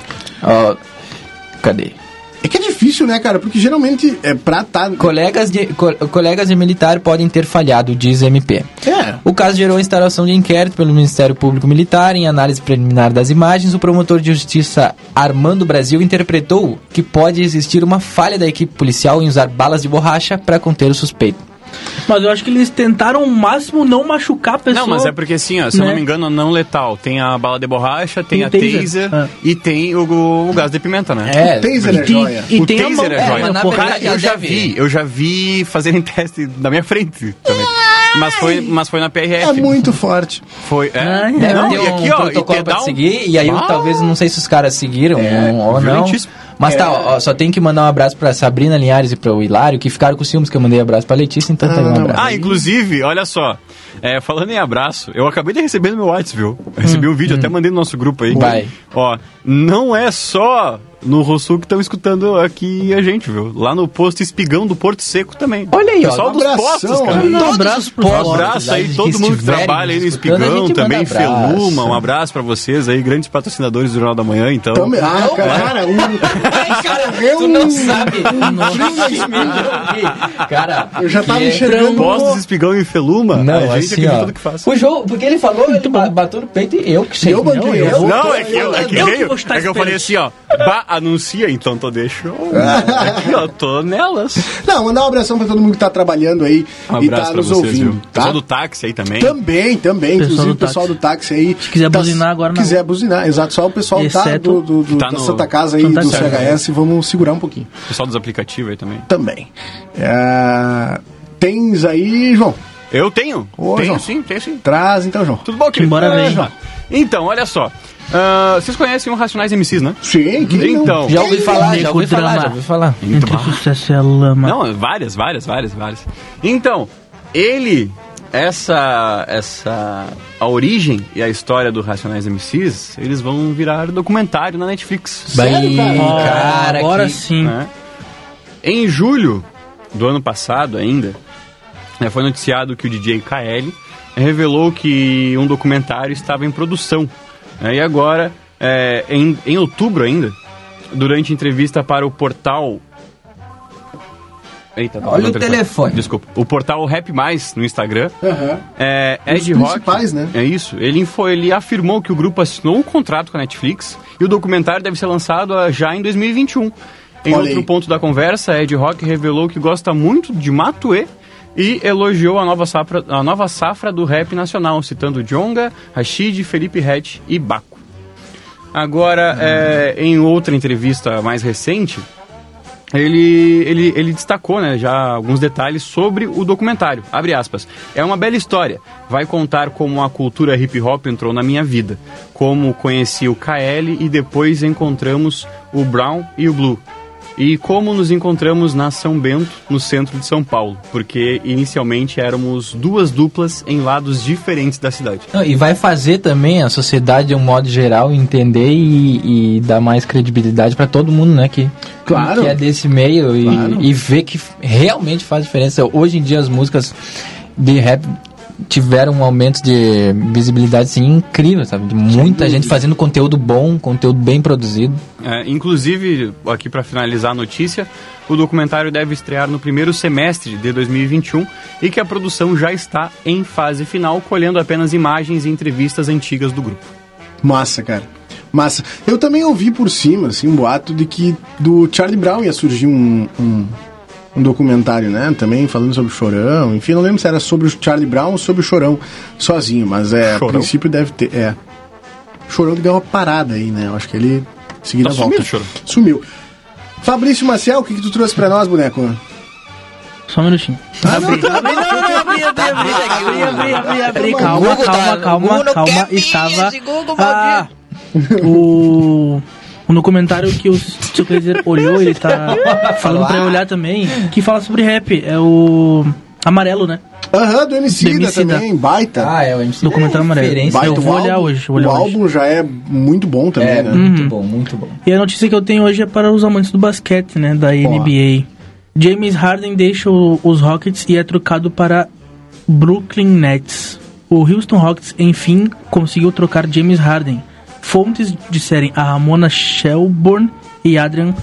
C: ó. Cadê?
B: É que é difícil, né, cara? Porque geralmente
C: Colegas de militar podem ter falhado, diz MP. O caso gerou a instalação de inquérito pelo Ministério Público Militar. Em análise preliminar das imagens, o promotor de justiça Armando Brasil interpretou que pode existir uma falha da equipe policial em usar balas de borracha para conter o suspeito.
E: Mas eu acho que eles tentaram ao máximo não machucar a pessoa.
D: Não, mas é porque assim, ó, se eu não me engano, não letal. Tem a bala de borracha, tem a taser e tem o gás de pimenta, né?
B: O taser é joia.
D: O taser é joia. Cara, eu já vi fazerem teste na minha frente também. Mas foi na PRF.
B: É muito forte.
D: Foi.
C: Deve ter um aqui, protocolo pra seguir. E aí talvez, não sei se os caras seguiram ou não. Mas só tem que mandar um abraço pra Sabrina Linhares e pro Hilário, que ficaram com ciúmes que eu mandei abraço pra Letícia, então tá aí um abraço.
D: Inclusive, olha só, falando em abraço, eu acabei de receber no meu WhatsApp, viu? Recebi um vídeo, até mandei no nosso grupo aí.
C: Vai.
D: Ó, não é só no Rosul que estão escutando aqui a gente, viu? Lá no posto Espigão do Porto Seco também.
C: Olha aí,
D: pessoal dos postos, cara.
E: Um
D: abraço aí, todo mundo que trabalha aí no Espigão, também Feluma, um abraço pra vocês aí, grandes patrocinadores do Jornal da Manhã, então.
B: Cara,
C: tu não sabe. Cara,
B: eu já tava enxergando
D: postos Espigão e Feluma.
C: Não,
D: a gente acredita tudo que faz.
C: O jogo, porque ele falou, ele bateu no peito e eu que sei.
D: É que eu falei assim, ó, anuncia, então deixa. Aqui, ó, tô nelas.
B: Não, mandar um abração pra todo mundo que tá trabalhando aí e tá nos ouvindo.
D: Tá? Pessoal do táxi aí também.
B: Também. Inclusive o pessoal do táxi aí.
E: Se quiser buzinar agora, não.
B: Quiser buzinar, exato. Só o pessoal da Santa Casa aí, do CHS, vamos segurar um pouquinho.
D: O pessoal dos aplicativos aí também.
B: Também. Tens aí, João?
D: Eu tenho. Tenho
B: João.
D: Sim.
B: Traz então, João.
D: Tudo bom, querido?
E: Bora ver, João.
D: Então, olha só. Vocês conhecem o Racionais MCs, né?
B: Sim,
D: então.
C: Já ouvi falar.
E: Entre sucesso e a lama.
D: Não, várias. Então, a origem e a história do Racionais MCs, eles vão virar documentário na Netflix.
C: Sério, cara?
E: Agora sim.
D: Né? Em julho do ano passado ainda, foi noticiado que o DJ KL revelou que um documentário estava em produção. E agora, em outubro ainda, durante entrevista para o portal
C: Eita, olha o telefone.
D: Desculpa. O portal Rap Mais no Instagram.
B: Ed Rock. Né?
D: É isso. Ele afirmou que o grupo assinou um contrato com a Netflix e o documentário deve ser lançado já em 2021. Em outro ponto da conversa, Ed Rock revelou que gosta muito de Matuê e elogiou a nova safra do rap nacional, citando Djonga, Rashid, Felipe Ret e Baco. Agora, em outra entrevista mais recente, ele destacou, né, já alguns detalhes sobre o documentário. Abre aspas. É uma bela história. Vai contar como a cultura hip hop entrou na minha vida. Como conheci o KL e depois encontramos o Brown e o Blue. E como nos encontramos na São Bento, no centro de São Paulo. Porque inicialmente éramos duas duplas em lados diferentes da cidade.
C: E vai fazer também a sociedade, de um modo geral, entender e dar mais credibilidade para todo mundo, né? Que é desse meio e ver que realmente faz diferença. Hoje em dia as músicas de rap tiveram um aumento de visibilidade assim, incrível, sabe? De muita gente fazendo conteúdo bom, conteúdo bem produzido.
D: Inclusive, aqui para finalizar a notícia, o documentário deve estrear no primeiro semestre de 2021 e que a produção já está em fase final, colhendo apenas imagens e entrevistas antigas do grupo.
B: Massa, cara. Massa. Eu também ouvi por cima, assim, um boato de que do Charlie Brown ia surgir um documentário, né? Também falando sobre o Chorão. Enfim, não lembro se era sobre o Charlie Brown ou sobre o Chorão sozinho, mas a princípio deve ter. Chorão que deu uma parada aí, né? Eu acho que ele seguida volta. Sumiu. Fabrício Maciel, o que tu trouxe pra nós, boneco?
E: Só um minutinho. Abri. Calma. Estava... No comentário que o seu Kleiser olhou, ele tá falando pra eu olhar também, que fala sobre rap. É o Amarelo, né?
B: Do Emicida também, baita.
E: É o Emicida. Documentário Amarelo.
B: Baita, eu vou olhar hoje. O álbum já é muito bom também, né?
C: Muito bom, muito bom.
E: E a notícia que eu tenho hoje é para os amantes do basquete, né? Da NBA. James Harden deixa os Rockets e é trocado para Brooklyn Nets. O Houston Rockets, enfim, conseguiu trocar James Harden. Fontes disserem a Ramona Shelburne e Adrian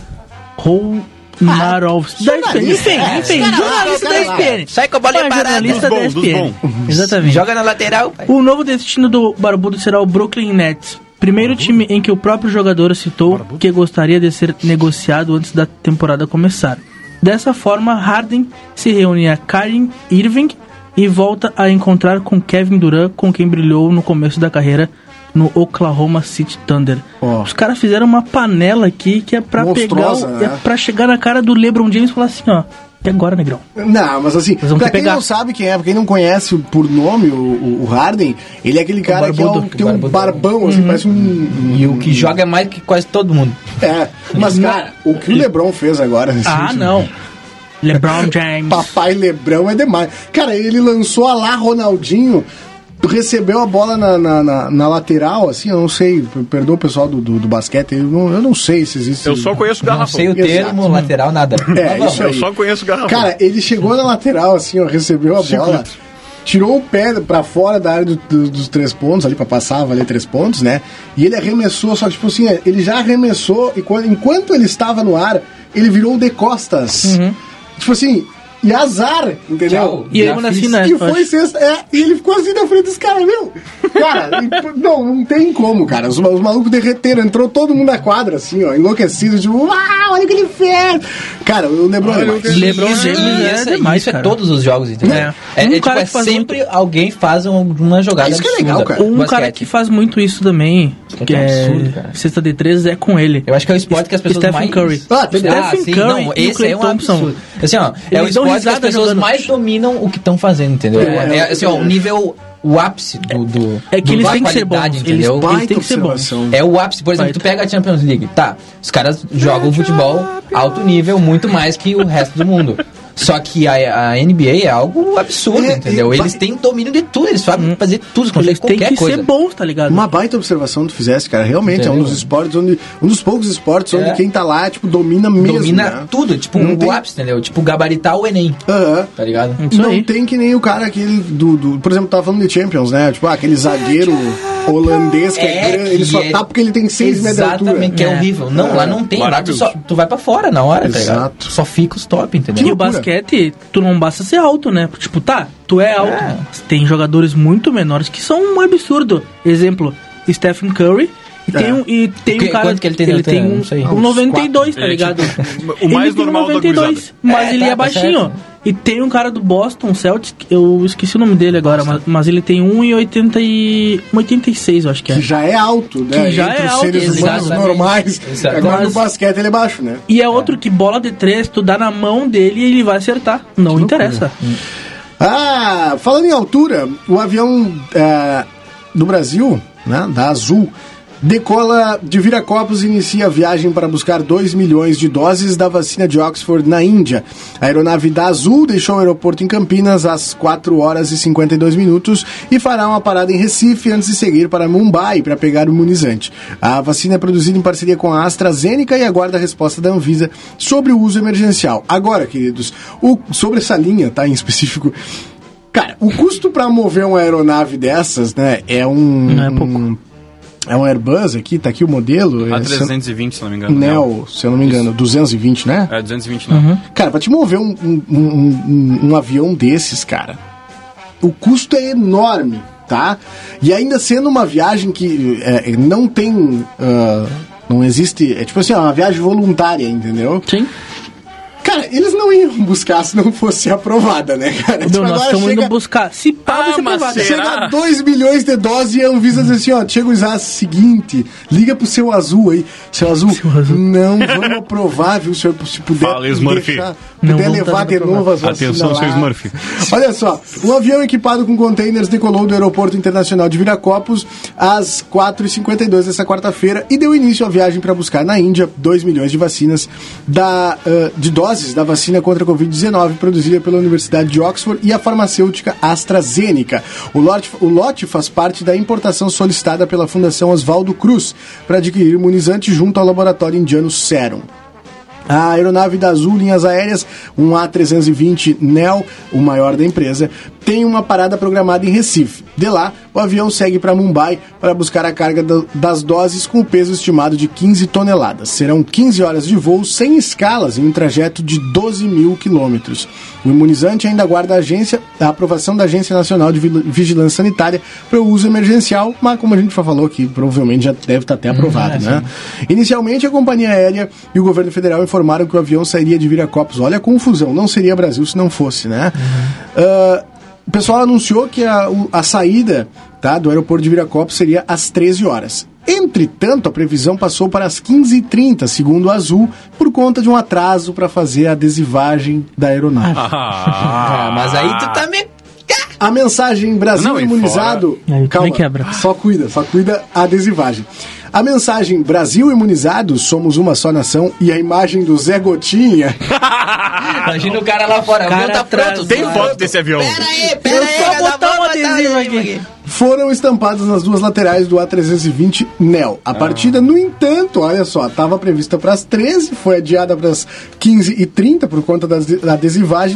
E: Wojnarowski. Enfim, jornalista da ESPN.
C: Sai com a bolinha parada.
E: Jornalista da ESPN. Exatamente.
C: Joga na lateral, pai.
E: O novo destino do Barbudo será o Brooklyn Nets. Primeiro time em que o próprio jogador citou que gostaria de ser negociado antes da temporada começar. Dessa forma, Harden se reúne a Kyrie Irving e volta a encontrar com Kevin Durant, com quem brilhou no começo da carreira no Oklahoma City Thunder. Os caras fizeram uma panela aqui que é pra
B: monstruosa,
E: pegar,
B: né?
E: É pra chegar na cara do LeBron James e falar assim, ó, e agora, negrão?
B: Não, mas assim, pra quem não sabe quem é, pra quem não conhece por nome o Harden, ele é aquele cara que tem um barbão, assim, parece um...
C: E o que joga é mais que quase todo mundo.
B: Mas cara, o que o LeBron fez agora...
E: não. LeBron James.
B: Papai LeBron é demais. Cara, ele lançou a lá Ronaldinho... recebeu a bola na lateral, assim, eu não sei, perdoa o pessoal do basquete, eu não sei se existe...
D: Eu só conheço o garrafão.
C: Não sei o termo, lateral, nada.
B: Isso aí.
D: Eu só conheço o garrafão.
B: Cara, ele chegou na lateral, assim, ó, recebeu a bola, tirou o pé pra fora da área dos 3 pontos, ali pra passar, valer 3 pontos, né? E ele arremessou, só que, tipo assim, ele já arremessou, e enquanto ele estava no ar, ele virou de costas. Tipo assim... E azar, entendeu?
E: Tchau. E ele assim, né?
B: E foi sexta. E ele ficou assim na frente dos caras, meu. Cara, não tem como, cara. Os malucos derreteram, entrou todo mundo na quadra, assim, ó, enlouquecido, tipo, uau, olha o que ele fez. Cara, o LeBron é demais.
E: LeBron James é demais,
C: isso é todos os jogos, entendeu? Sempre alguém faz uma jogada
B: isso que é legal, cara.
E: Cara que faz muito isso também, que é absurdo, cara. Cesta de 3 é com ele.
C: Eu acho que é o esporte que as pessoas
E: Stephen Curry.
C: Stephen Curry. Não, esse é um absurdo. Assim, ó, é o esporte que as pessoas mais dominam o que estão fazendo, entendeu? Assim, ó, o nível... O ápice
E: é que eles têm que ser bons,
C: entendeu?
E: Eles têm que ser bons.
C: É o ápice, por exemplo, tu pega a Champions League, tá, os caras jogam futebol alto nível muito mais que o resto do mundo. Só que a NBA é algo absurdo, entendeu? Eles têm domínio de tudo, eles sabem fazer tudo,
E: eles têm que
C: coisa.
E: Ser bons, tá ligado?
B: Uma baita observação que tu fizesse, cara, realmente é um dos esportes um dos poucos esportes onde quem tá lá, tipo, domina mesmo.
C: Domina tudo, tipo, o ápice, entendeu? Tipo, gabaritar o Enem, tá ligado?
B: Não tem que nem o cara aquele por exemplo, tava falando de Champions, né? Tipo, aquele zagueiro holandês que é grande, ele só tá porque ele tem 6 metros de altura.
C: Exatamente, que é horrível. Não, lá não tem, lá tu vai pra fora na hora, tá ligado? Só fica os top, entendeu?
E: E o basquete basquete, tu não basta ser alto, né? Tipo, tu é alto. Tem jogadores muito menores que são um absurdo. Exemplo, Stephen Curry. E tem um cara...
C: Quanto que ele tem?
E: Ele tem um 92, tá ligado?
D: O mais normal da gurizada.
E: Mas ele é baixinho. Certo. E tem um cara do Boston Celtics, eu esqueci o nome dele agora, mas ele tem 1,86, eu acho que é.
B: Que já é alto, né?
E: Que já
B: entre
E: é
B: os
E: alto,
B: seres humanos normais. Agora no basquete ele é baixo, né?
E: E é outro que bola de 3, tu dá na mão dele e ele vai acertar. Não interessa.
B: Falando em altura, o avião do Brasil, né, da Azul, decola de Viracopos e inicia a viagem para buscar 2 milhões de doses da vacina de Oxford na Índia. A aeronave da Azul deixou o aeroporto em Campinas às 4 horas e 52 minutos e fará uma parada em Recife antes de seguir para Mumbai para pegar o imunizante. A vacina é produzida em parceria com a AstraZeneca e aguarda a resposta da Anvisa sobre o uso emergencial. Agora, queridos, sobre essa linha, em específico... Cara, o custo para mover uma aeronave dessas, né,
E: Não é pouco.
B: É um Airbus aqui, tá aqui o modelo.
D: A320, se não me engano.
B: Neo, se eu não me engano, 220, né?
D: É, 220 não.
B: Cara, pra te mover um avião desses, cara, o custo é enorme, tá? E ainda sendo uma viagem que não tem... não existe... É tipo assim, uma viagem voluntária, entendeu?
E: Sim.
B: Cara, eles não iam buscar se não fosse aprovada, né, cara?
E: Tipo, nós estamos indo buscar. Se pá, você aprovada.
B: Chega 2 milhões de doses e a Anvisa diz assim, chega o exato seguinte, liga pro seu Azul aí. Seu Azul, não vamos aprovar, viu, senhor? Se puder,
D: fala, Smurfy.
B: Puder levar de novo as vacinas.
D: Atenção, seu Smurfy.
B: Olha só, um avião equipado com containers decolou do Aeroporto Internacional de Viracopos às 4h52 dessa quarta-feira e deu início à viagem para buscar na Índia 2 milhões de vacinas de doses da vacina contra a Covid-19 produzida pela Universidade de Oxford e a farmacêutica AstraZeneca. O lote faz parte da importação solicitada pela Fundação Oswaldo Cruz para adquirir imunizante junto ao laboratório indiano Serum. A aeronave da Azul Linhas Aéreas, um A320 Neo, o maior da empresa, tem uma parada programada em Recife. De lá, o avião segue para Mumbai para buscar a carga das doses com o peso estimado de 15 toneladas. Serão 15 horas de voo sem escalas em um trajeto de 12 mil quilômetros. O imunizante ainda aguarda a aprovação da Agência Nacional de Vigilância Sanitária para o uso emergencial, mas como a gente já falou aqui, provavelmente já deve estar até aprovado, né? Inicialmente, a companhia aérea e o governo federal informaram que o avião sairia de Viracopos. Olha a confusão, não seria Brasil se não fosse, né? O pessoal anunciou que a saída do aeroporto de Viracopos seria às 13 horas. Entretanto, a previsão passou para as 15h30, segundo a Azul, por conta de um atraso para fazer a adesivagem da aeronave.
C: Mas aí tu também...
B: A mensagem Brasil imunizado...
E: Calma, quebra.
B: Só cuida a adesivagem. A mensagem Brasil imunizado, somos uma só nação, e a imagem do Zé Gotinha...
C: Imagina o cara lá fora, o avião tá pronto.
D: Tem foto desse avião.
C: Pera aí,
E: só botar um adesivo aqui.
B: Foram estampados nas duas laterais do A320 Neo. A partida, no entanto, olha só, estava prevista para as 13, foi adiada para as 15h30 por conta da adesivagem.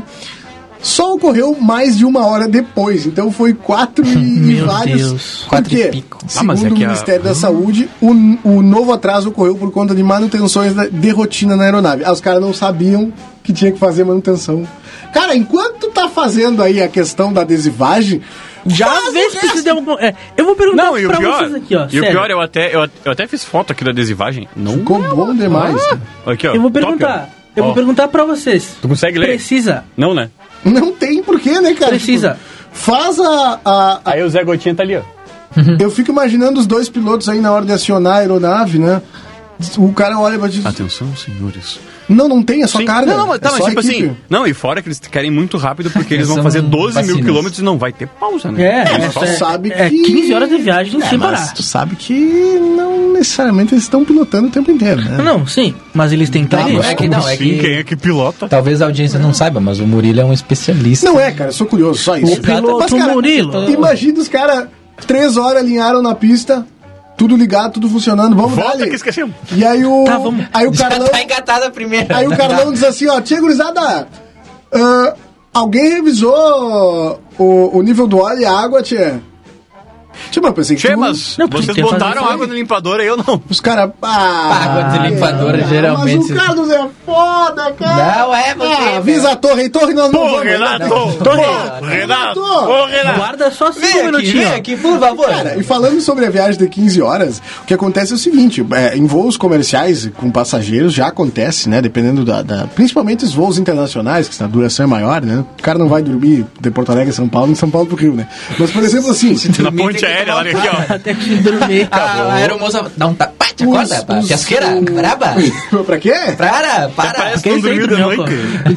B: Só ocorreu mais de 1 hora depois, então foi 4 e vários.
E: Deus.
B: Porque, segundo o Ministério da Saúde, o novo atraso ocorreu por conta de manutenções de rotina na aeronave. Os caras não sabiam que tinha que fazer manutenção. Cara, enquanto tu tá fazendo aí a questão da adesivagem,
E: já vê se precisa de algum... eu vou perguntar pra vocês aqui, ó.
D: E o pior, eu até fiz foto aqui da adesivagem. Não
B: ficou bom demais.
D: Aqui, ó.
E: Eu vou perguntar. Eu vou perguntar pra vocês.
D: Tu consegue ler?
E: Precisa.
D: Não, né?
B: Não tem porquê, né, cara?
E: Precisa.
B: Tipo, faz
D: Aí o Zé Gotinha tá ali, ó.
B: Eu fico imaginando os dois pilotos aí na hora de acionar a aeronave, né? O cara olha pra dizer...
D: Atenção, senhores.
B: Não tem, é só carga.
D: Não, mas tipo assim... Não, e fora que eles querem muito rápido porque eles vão fazer 12 mil quilômetros e não vai ter pausa, né?
B: Sabe que...
E: 15 horas de viagem sem parar.
B: Tu sabe que não necessariamente eles estão pilotando o tempo inteiro, né?
E: Não, sim. Mas eles têm que
D: quem é que pilota?
C: Talvez a audiência não saiba, mas o Murilo é um especialista.
B: Não é, cara, eu sou curioso, só isso.
E: O piloto Murilo.
B: Imagina os caras 3 horas alinharam na pista... Tudo ligado, tudo funcionando, vamos dar ali.
D: Que esquecemos.
B: E aí o...
E: vamos.
B: Aí o Carlão...
C: Já tá engatada a primeira.
B: Aí o Carlão diz assim, ó, tia gurizada, alguém revisou o nível do óleo e a água, tia? Tipo, eu pensei que
D: mas vocês botaram água no limpador aí, eu não.
B: Os caras...
C: água de limpador, geralmente...
B: Mas o Carlos é foda, cara.
C: Não, é você.
B: Avisa a torre, nós não vamos.
D: Renato.
E: Guarda só 5 minutinhos.
C: Vem aqui, por favor.
B: Cara, e falando sobre a viagem de 15 horas, o que acontece é o seguinte, em voos comerciais com passageiros já acontece, né, dependendo principalmente os voos internacionais, que a duração é maior, né, o cara não vai dormir de Porto Alegre a São Paulo, em São Paulo pro Rio, né, mas por exemplo assim...
D: Na ponte aérea, olha aqui, ó.
E: Até que dormir.
C: A aeromoça dá um tapa, te acorda, fiasqueira, braba.
B: Pra quê?
C: Para.
D: Parece que não dormiu de noite.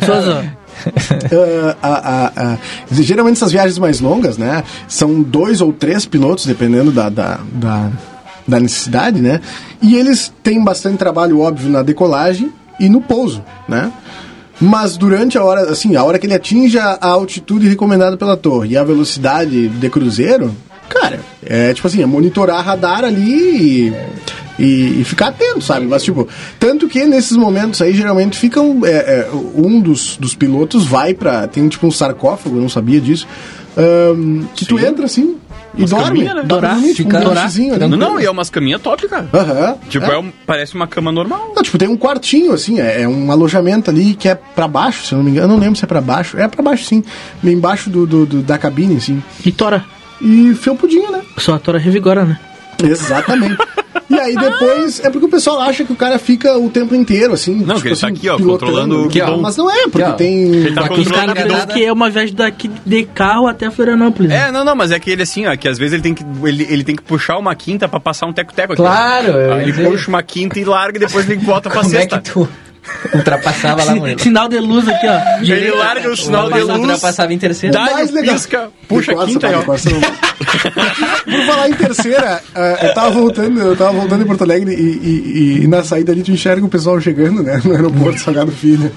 B: Geralmente essas viagens mais longas, né, são 2 ou 3 pilotos, dependendo da necessidade, né, e eles têm bastante trabalho, óbvio, na decolagem e no pouso, né, mas durante a hora que ele atinge a altitude recomendada pela torre e a velocidade de cruzeiro, cara, é tipo assim, é monitorar radar ali e ficar atento, sabe? Mas tipo, tanto que nesses momentos aí geralmente ficam um dos pilotos vai pra... tem tipo um sarcófago, eu não sabia disso, que tu entra assim e dorme,
D: né?
B: Não,
D: e é umas caminhas top, cara. Tipo, parece uma cama normal.
B: Não, tipo, tem um quartinho, assim, é um alojamento ali que é pra baixo, se eu não me engano, eu não lembro se é pra baixo, é pra baixo sim, embaixo da cabine, assim.
E: E tora.
B: E felpudinho, né?
E: Só a tora revigora, né?
B: Exatamente. E aí depois, é porque o pessoal acha que o cara fica o tempo inteiro, assim.
D: Não,
B: tipo,
D: que ele
B: assim,
D: tá aqui, ó, controlando o guidão.
B: Mas não é, porque
C: aqui,
B: tem...
D: Ele tá
E: Os caras pensam que é uma viagem daqui de carro até Florianópolis.
D: É, não, mas é que ele assim, ó, que às vezes ele tem que puxar uma quinta pra passar um teco-teco aqui.
C: Claro.
D: Aí ele puxa uma quinta e larga e depois ele volta pra sexta.
C: Como é que tu ultrapassava lá, Murilo?
E: Sinal de luz aqui, ó.
D: Ele larga o sinal de luz.
C: Ultrapassava em terceira.
D: Dá e pisca, puxa a quinta aí, ó.
B: Por falar em terceira, eu tava voltando em Porto Alegre e na saída ali tu enxerga o pessoal chegando, né, no aeroporto Salgado Filho.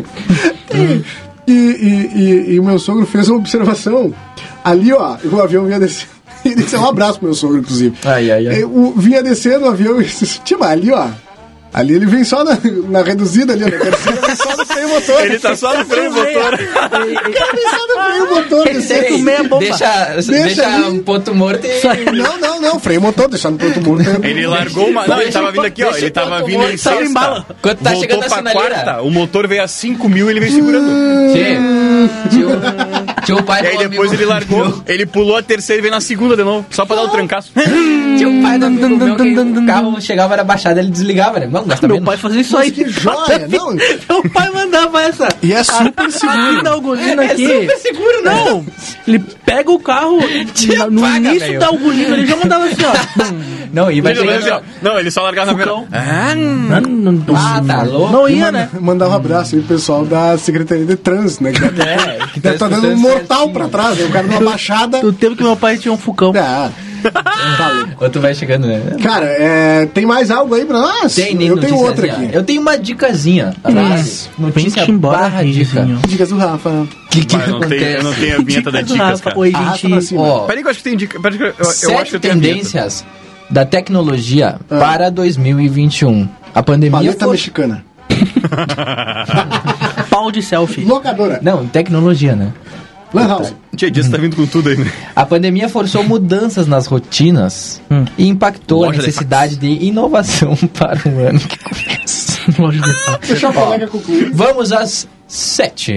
B: E o meu sogro fez uma observação. Ali, ó, o avião vinha descer. Ele disse um abraço pro meu sogro, inclusive. Vinha descendo o avião e disse, ali, ó. Ali ele vem só na reduzida ali, na terceira, vem só no freio motor.
D: Ele tá só no freio motor.
B: O cara vem só no freio motor.
C: Deixa um ponto morto e...
B: Não, freio motor, deixar no ponto morto.
D: Ele largou uma... Não, ele tava vindo aqui, ó. Ele tava vindo em sexta.
C: Quando tá chegando na sinaleira.
D: Quarta, o motor veio a 5 mil e ele veio segurando.
C: Tinha o pai
D: e aí depois ele largou, ele pulou a terceira e veio na segunda de novo, só pra dar o trancaço.
C: Tinha o pai do amigo meu que o carro chegava, era baixado, ele desligava, né? Vamos gastar
E: meu pai fazia isso aí.
B: Que joia, não?
E: Meu pai mandava essa.
B: E é super seguro.
E: Da Algolina aqui.
C: É super seguro, né?
E: Não, ele pega o carro no início da Algolina, ele já mandava assim, ó.
C: Não, e vai chegar...
D: Não, ele só largava na primeira.
C: Tá louco?
E: Não ia, né?
B: Mandar um abraço aí pro pessoal da Secretaria de Trânsito, né? Que tá dando um mortal pra trás, né? O cara numa baixada.
E: Do tempo que meu pai tinha um Fucão.
C: Ou tu vai chegando, né?
B: Cara, tem mais algo aí pra nós? Eu tenho outra aqui.
C: Eu tenho uma dicasinha. Notícia barra dica.
B: Dicas do Rafa.
D: Eu não tenho a vinheta da dicas, cara.
E: Oi, gente.
D: Peraí que eu acho que tem dica.
C: Eu acho que eu tenho tendências da tecnologia para 2021. A pandemia
B: paleta mexicana.
E: Pau de selfie.
B: Locadora.
C: Não, tecnologia, né?
B: Lan House.
D: Tia Dias tá vindo com tudo aí, né?
C: A pandemia forçou mudanças nas rotinas e impactou a necessidade de inovação para o ano que começa.
B: Deixa a colega concluir.
C: Vamos às 7.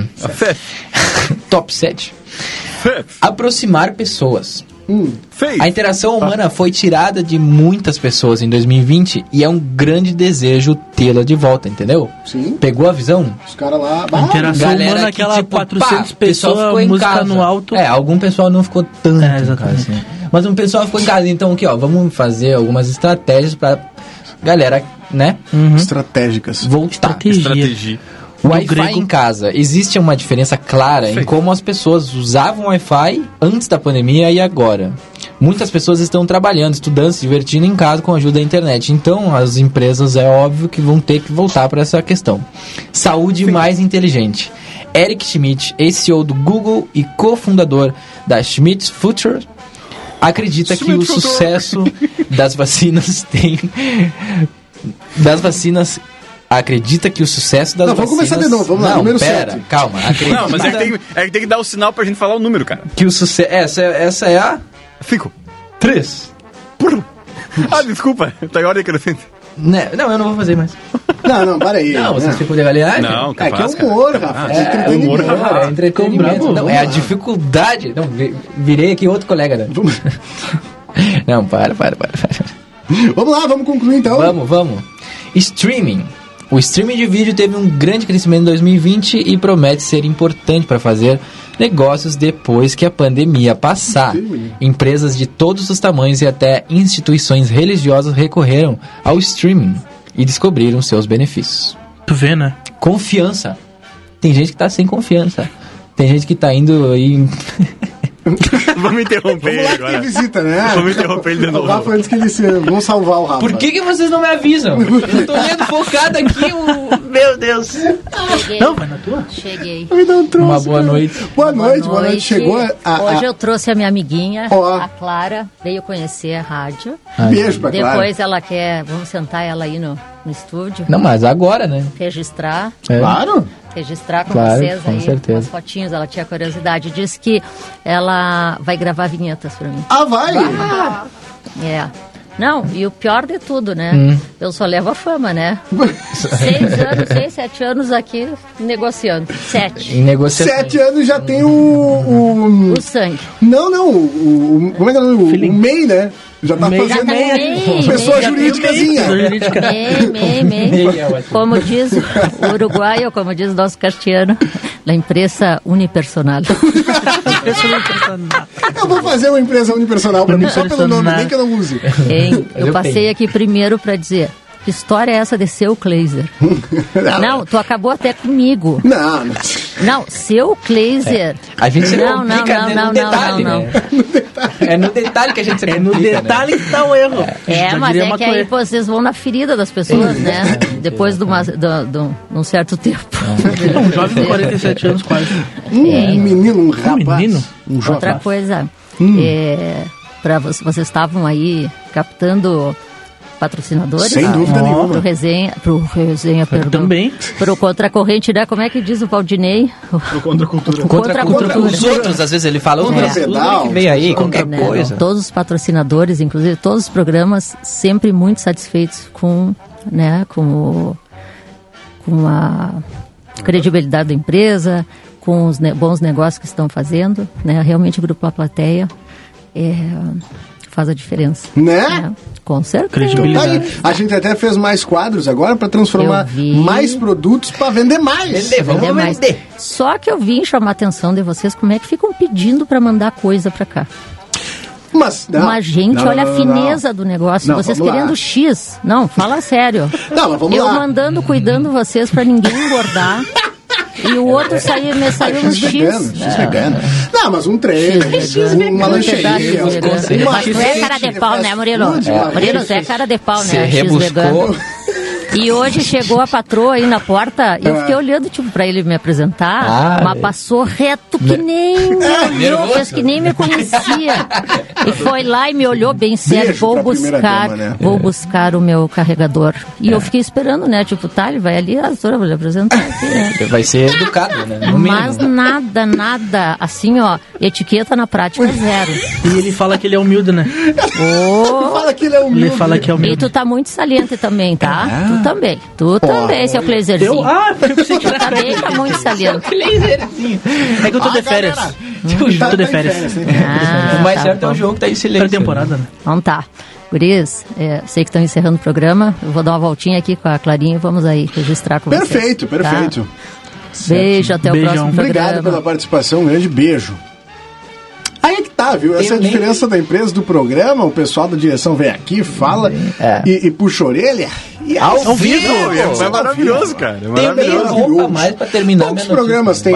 C: Top 7. Aproximar pessoas. A interação humana foi tirada de muitas pessoas em 2020 e é um grande desejo tê-la de volta, entendeu?
B: Sim.
C: Pegou a visão?
B: Os caras lá...
E: A interação humana, aquela 400 pessoas, música no alto.
C: Algum pessoal não ficou tanto em casa, assim. Mas um pessoal ficou em casa. Então, aqui, ó, vamos fazer algumas estratégias pra galera, né?
B: Estratégicas.
C: Voltar.
D: Estratégia.
C: Wi-Fi em casa. Existe uma diferença clara em como as pessoas usavam Wi-Fi antes da pandemia e agora. Muitas pessoas estão trabalhando, estudando, se divertindo em casa com a ajuda da internet. Então, as empresas, é óbvio que vão ter que voltar para essa questão. Saúde mais inteligente. Eric Schmidt, ex-CEO do Google e cofundador da Schmidt Future, acredita que o sucesso das vacinas acredita que o sucesso das vacinas...
B: Vamos começar de novo, vamos lá, número 7.
C: Calma.
D: Não, mas é que tem que dar o sinal pra gente falar o número, cara.
C: Que o sucesso... Essa é a...
D: Fico.
C: 3.
D: Desculpa. Tá agora acrescenta.
C: Não, eu não vou fazer mais.
B: Não, para aí.
C: Não, vocês ficam de galeagem?
D: Não,
B: que é humor, Rafa.
C: É entretenimento. Não, é a dificuldade. Não, virei aqui outro colega, né? Não, para.
B: Vamos lá, vamos concluir então.
C: Vamos. Streaming. O streaming de vídeo teve um grande crescimento em 2020 e promete ser importante para fazer negócios depois que a pandemia passar. Empresas de todos os tamanhos e até instituições religiosas recorreram ao streaming e descobriram seus benefícios.
E: Tu vê, né?
C: Confiança. Tem gente que tá sem confiança. Tem gente que tá indo aí...
D: Vamos interromper ele agora.
B: Tem visita, né?
D: Vamos interromper ele de novo.
B: O Rafa, antes que ele se... Vamos salvar o Rafa.
C: Por que vocês não me avisam? Eu tô olhando focado aqui, Meu Deus.
E: Cheguei. Não, vai na tua?
G: Cheguei.
C: Uma boa noite.
B: Boa noite. Chegou
G: Hoje eu trouxe a minha amiguinha, a Clara, veio conhecer a rádio.
B: Beijo pra Clara.
G: Depois ela quer... Vamos sentar ela aí no estúdio.
C: Não, mas agora, né?
G: Registrar.
B: Claro.
G: Registrar com
C: claro,
G: vocês
C: com
G: aí
C: certeza.
G: as fotinhos, ela tinha curiosidade. Disse que ela vai gravar vinhetas pra mim.
B: Vai?
G: É. Não, e o pior de tudo, né? Eu só levo a fama, né? 7 anos aqui negociando. 7.
C: Em negociação.
B: 7 anos já tem o
G: sangue.
B: Não, como é que é o nome? O MEI, né? Já tá fazendo pessoa jurídicazinha.
G: MEI. Como diz o uruguaio, como diz o nosso castelhano, da empresa unipersonal.
B: Eu vou fazer uma empresa unipersonal pra mim, só pelo nome, nem que eu não use.
G: Eu passei aqui primeiro pra dizer... Que história é essa de seu Kleiser? Não, tu acabou até comigo. Não, seu Kleiser.
C: A gente se complica no detalhe, né? É no detalhe que a gente se complica.
E: É no detalhe que tá o erro.
G: Mas é que aí vocês vão na ferida das pessoas, né? Depois de um certo tempo.
E: Um jovem de 47 anos quase.
B: Um menino, um rapaz. Um jovem.
G: Outra coisa, para vocês estavam aí captando... patrocinadores.
B: Sem dúvida nenhuma.
G: Pro resenha, perdão.
E: Também.
G: Pro Contracorrente, né? Como é que diz o Valdinei?
B: Pro Contracultura.
C: Contra os outros, às vezes ele fala
B: contra pedal,
C: que vem aí, qualquer coisa.
G: Todos os patrocinadores, inclusive todos os programas, sempre muito satisfeitos com a credibilidade da empresa, com os bons negócios que estão fazendo, né? Realmente o Grupo A Plateia faz a diferença.
B: Né?
G: Com certeza.
B: Então, tá aí. A gente até fez mais quadros agora para transformar mais produtos para vender mais.
C: Vender mais.
G: Só que eu vim chamar a atenção de vocês como é que ficam pedindo para mandar coisa para cá.
B: Mas
G: olha a fineza do negócio. Vocês querendo X. Não, fala sério.
B: Vamos lá.
G: Mandando, cuidando vocês para ninguém engordar. E o outro me saiu um X.
B: Não, mas um trem, uma lancheria.
G: Mas tu é cara de pau, né, Murilo? Murilo, tu é cara de pau, né?
C: Você rebuscou.
G: E hoje chegou a patroa aí na porta e eu fiquei olhando, pra ele me apresentar, mas passou reto que nem me olhou, fez que nem me conhecia. E foi lá e me olhou bem sério, vou buscar o meu carregador. E eu fiquei esperando, né, ele vai ali, a doutora vai lhe apresentar aqui, né?
C: Vai ser educado, né?
G: Mas nada, assim, etiqueta na prática 0.
E: E ele fala que ele é humilde, né? Ele fala que é humilde.
G: E tu tá muito saliente também, tá? Tu também, seu Kleiserzinho.
E: Eu pensei que
G: tu também tá muito saliente.
E: É que eu tô de férias. Tô de férias.
C: O mais certo é o jogo que tá em silêncio.
E: Pré-temporada, né?
G: Então tá. Guris, sei que estão encerrando o programa. Eu vou dar uma voltinha aqui com a Clarinha e vamos aí registrar com vocês.
B: Perfeito.
G: Tá? Beijo, até o próximo programa.
B: Obrigado pela participação, um grande beijo. Aí é que tá, viu? Essa é a diferença da empresa do programa. O pessoal da direção vem aqui, fala e puxa a orelha. E
C: ao vivo!
D: É maravilhoso, cara. É
C: tem meia roupa mais pra terminar.
B: Todos os programas têm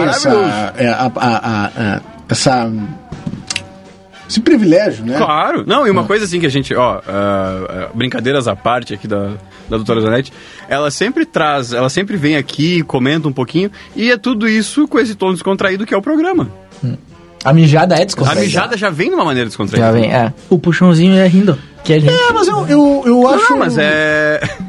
B: esse privilégio, né?
D: Claro. Não, e uma coisa assim que a gente, brincadeiras à parte aqui da doutora Zanetti, ela sempre vem aqui, comenta um pouquinho, e é tudo isso com esse tom descontraído que é o programa.
C: A mijada é descontraída.
D: A mijada já vem de uma maneira descontraída.
C: Já vem,
E: O puxãozinho é rindo.
B: Mas eu acho...
D: Não, mas é...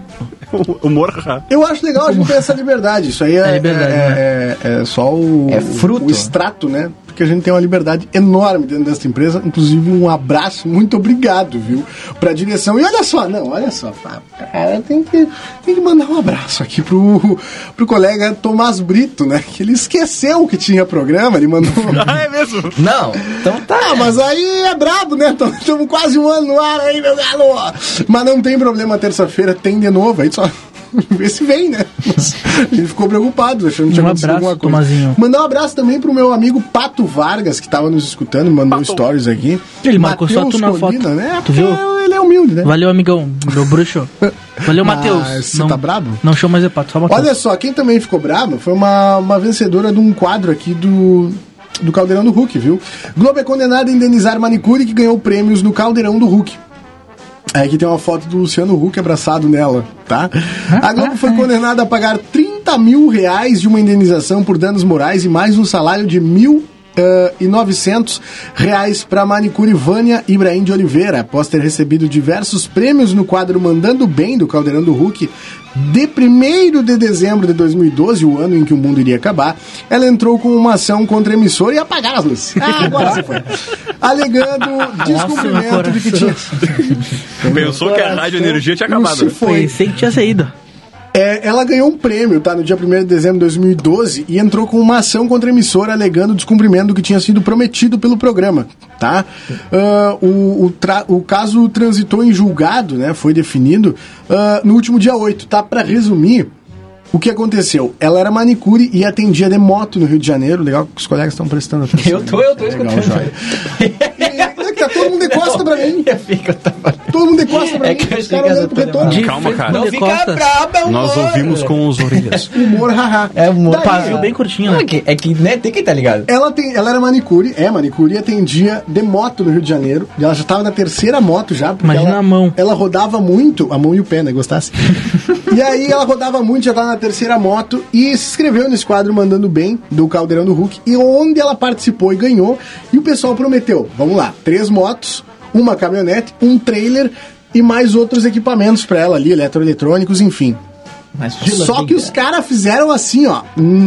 D: Humor.
B: Eu acho legal a gente ter essa liberdade. Isso aí é só o extrato, né? Porque a gente tem uma liberdade enorme dentro dessa empresa. Inclusive, um abraço, muito obrigado, viu? Pra direção. E olha só, cara, tem que mandar um abraço aqui pro colega Tomás Brito, né? Que ele esqueceu que tinha programa, ele mandou...
D: É mesmo?
C: Não, então tá.
B: Ah, mas aí é brabo, né? Estamos quase um ano no ar aí, meu galo. Mas não tem problema, terça-feira tem de novo, aí só... Vê se vem, né? Ele ficou preocupado, achando que tinha acontecido alguma coisa. Tomazinho. Mandar um abraço também pro meu amigo Pato Vargas, que tava nos escutando, mandou stories aqui.
E: Ele marcou só tu na foto.
B: Né?
E: Tu viu?
B: Ele é humilde, né?
E: Valeu, amigão, meu bruxo. Valeu, Matheus.
B: Você tá brabo?
E: Não chama mais Pato, só Matheus.
B: Olha só, quem também ficou brabo foi uma vencedora de um quadro aqui do Caldeirão do Hulk, viu? Globo é condenado a indenizar manicure que ganhou prêmios no Caldeirão do Hulk. Aqui tem uma foto do Luciano Huck abraçado nela, tá? A Globo foi condenada a pagar 30 mil reais de uma indenização por danos morais e mais um salário de 1.900 reais para a manicure Vânia Ibrahim de Oliveira, após ter recebido diversos prêmios no quadro Mandando Bem do Caldeirão do Hulk. De 1º de dezembro de 2012, o ano em que o mundo iria acabar, ela entrou com uma ação contra a emissora e apagaram as luzes. Agora você foi. Alegando descumprimento de que tinha...
D: Pensou que a Rádio Energia tinha acabado.
E: Pensei que tinha saído.
B: Ela ganhou um prêmio, tá? No dia 1º de dezembro de 2012 e entrou com uma ação contra a emissora alegando descumprimento do que tinha sido prometido pelo programa, tá? O caso transitou em julgado, né? Foi definido no último dia 8, tá? Pra resumir, o que aconteceu? Ela era manicure e atendia de moto no Rio de Janeiro. Legal que os colegas estão prestando atenção.
C: Eu tô escutando.
B: Todo mundo encosta pra mim. Todo mundo encosta pra mim.
C: Os caras olhando pro retorno.
D: Calma, cara.
C: Não fica braba, humor.
D: Nós ouvimos com os orelhas.
B: Humor, haha.
E: É humor. Pavio bem curtinho, né?
C: É que né, tem que estar ligado.
B: Ela era manicure e atendia de moto no Rio de Janeiro. E ela já tava na 3ª moto já.
E: Imagina a mão.
B: Ela rodava muito, a mão e o pé, né? Gostasse? E aí ela rodava muito, já tava na 3ª moto e se inscreveu nesse quadro Mandando Bem do Caldeirão do Hulk, e onde ela participou e ganhou, e o pessoal prometeu, vamos lá, 3 motos, uma caminhonete, um trailer e mais outros equipamentos pra ela ali, eletroeletrônicos, enfim. Só que os caras fizeram assim, ó,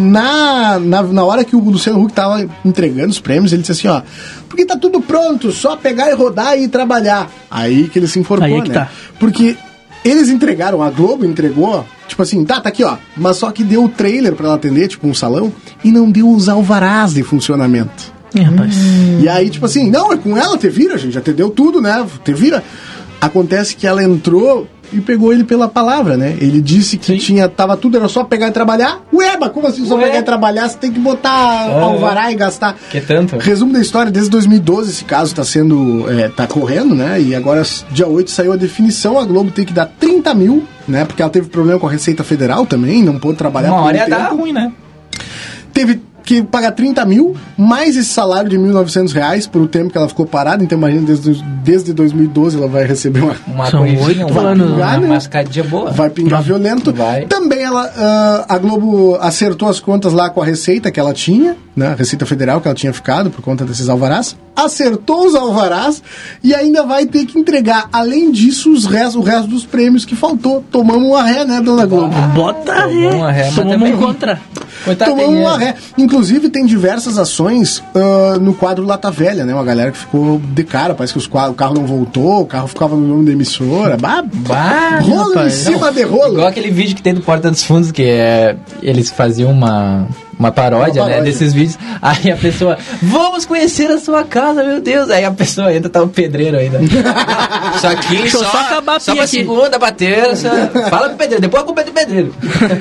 B: na hora que o Luciano Huck tava entregando os prêmios, ele disse assim, ó, porque tá tudo pronto, só pegar e rodar e trabalhar. Aí que ele se informou, né? Tá. Porque eles entregaram, a Globo entregou, tipo assim, tá aqui, ó, mas só que deu o trailer pra ela atender, tipo um salão, e não deu os alvarás de funcionamento.
E: Rapaz.
B: E aí, tipo assim, não, é com ela, te vira, gente, já te deu tudo, né, te vira. Acontece que ela entrou e pegou ele pela palavra, né? Ele disse que tava tudo, era só pegar e trabalhar. Mas como assim só pegar e trabalhar? Você tem que botar alvará e gastar.
C: Que tanto?
B: Resumo da história, desde 2012 esse caso tá sendo, tá correndo, né? E agora, dia 8, saiu a definição, a Globo tem que dar 30 mil, né? Porque ela teve problema com a Receita Federal também, não pôde trabalhar.
C: Uma hora ia dar ruim, né?
B: Teve que pagar 30 mil, mais esse salário de 1.900 reais por o tempo que ela ficou parada. Então imagina, desde 2012 ela vai receber uma
C: coisinha, uma mascadinha boa.
B: Vai pingar violento.
C: Vai.
B: Também a Globo acertou as contas lá com a Receita que ela tinha, né? A Receita Federal que ela tinha ficado por conta desses alvarás. Acertou os alvarás e ainda vai ter que entregar, além disso, o resto dos prêmios que faltou. Tomamos uma ré, né, dona Globo?
E: Bota a ré. Tomamos um contra.
B: Tomamos uma ré. Inclusive, tem diversas ações no quadro Lata Velha, né? Uma galera que ficou de cara, parece que o carro não voltou, o carro ficava no nome da emissora. Rolo rapaz, em cima de rolo.
C: Igual aquele vídeo que tem do Porta dos Fundos, que eles faziam uma paródia, né, desses vídeos. Aí a pessoa, vamos conhecer a sua casa, meu Deus. Aí a pessoa entra, tá um pedreiro ainda. Isso aqui só acabar só pra segunda, pra terça. Fala pro pedreiro, depois a culpa é do pedreiro.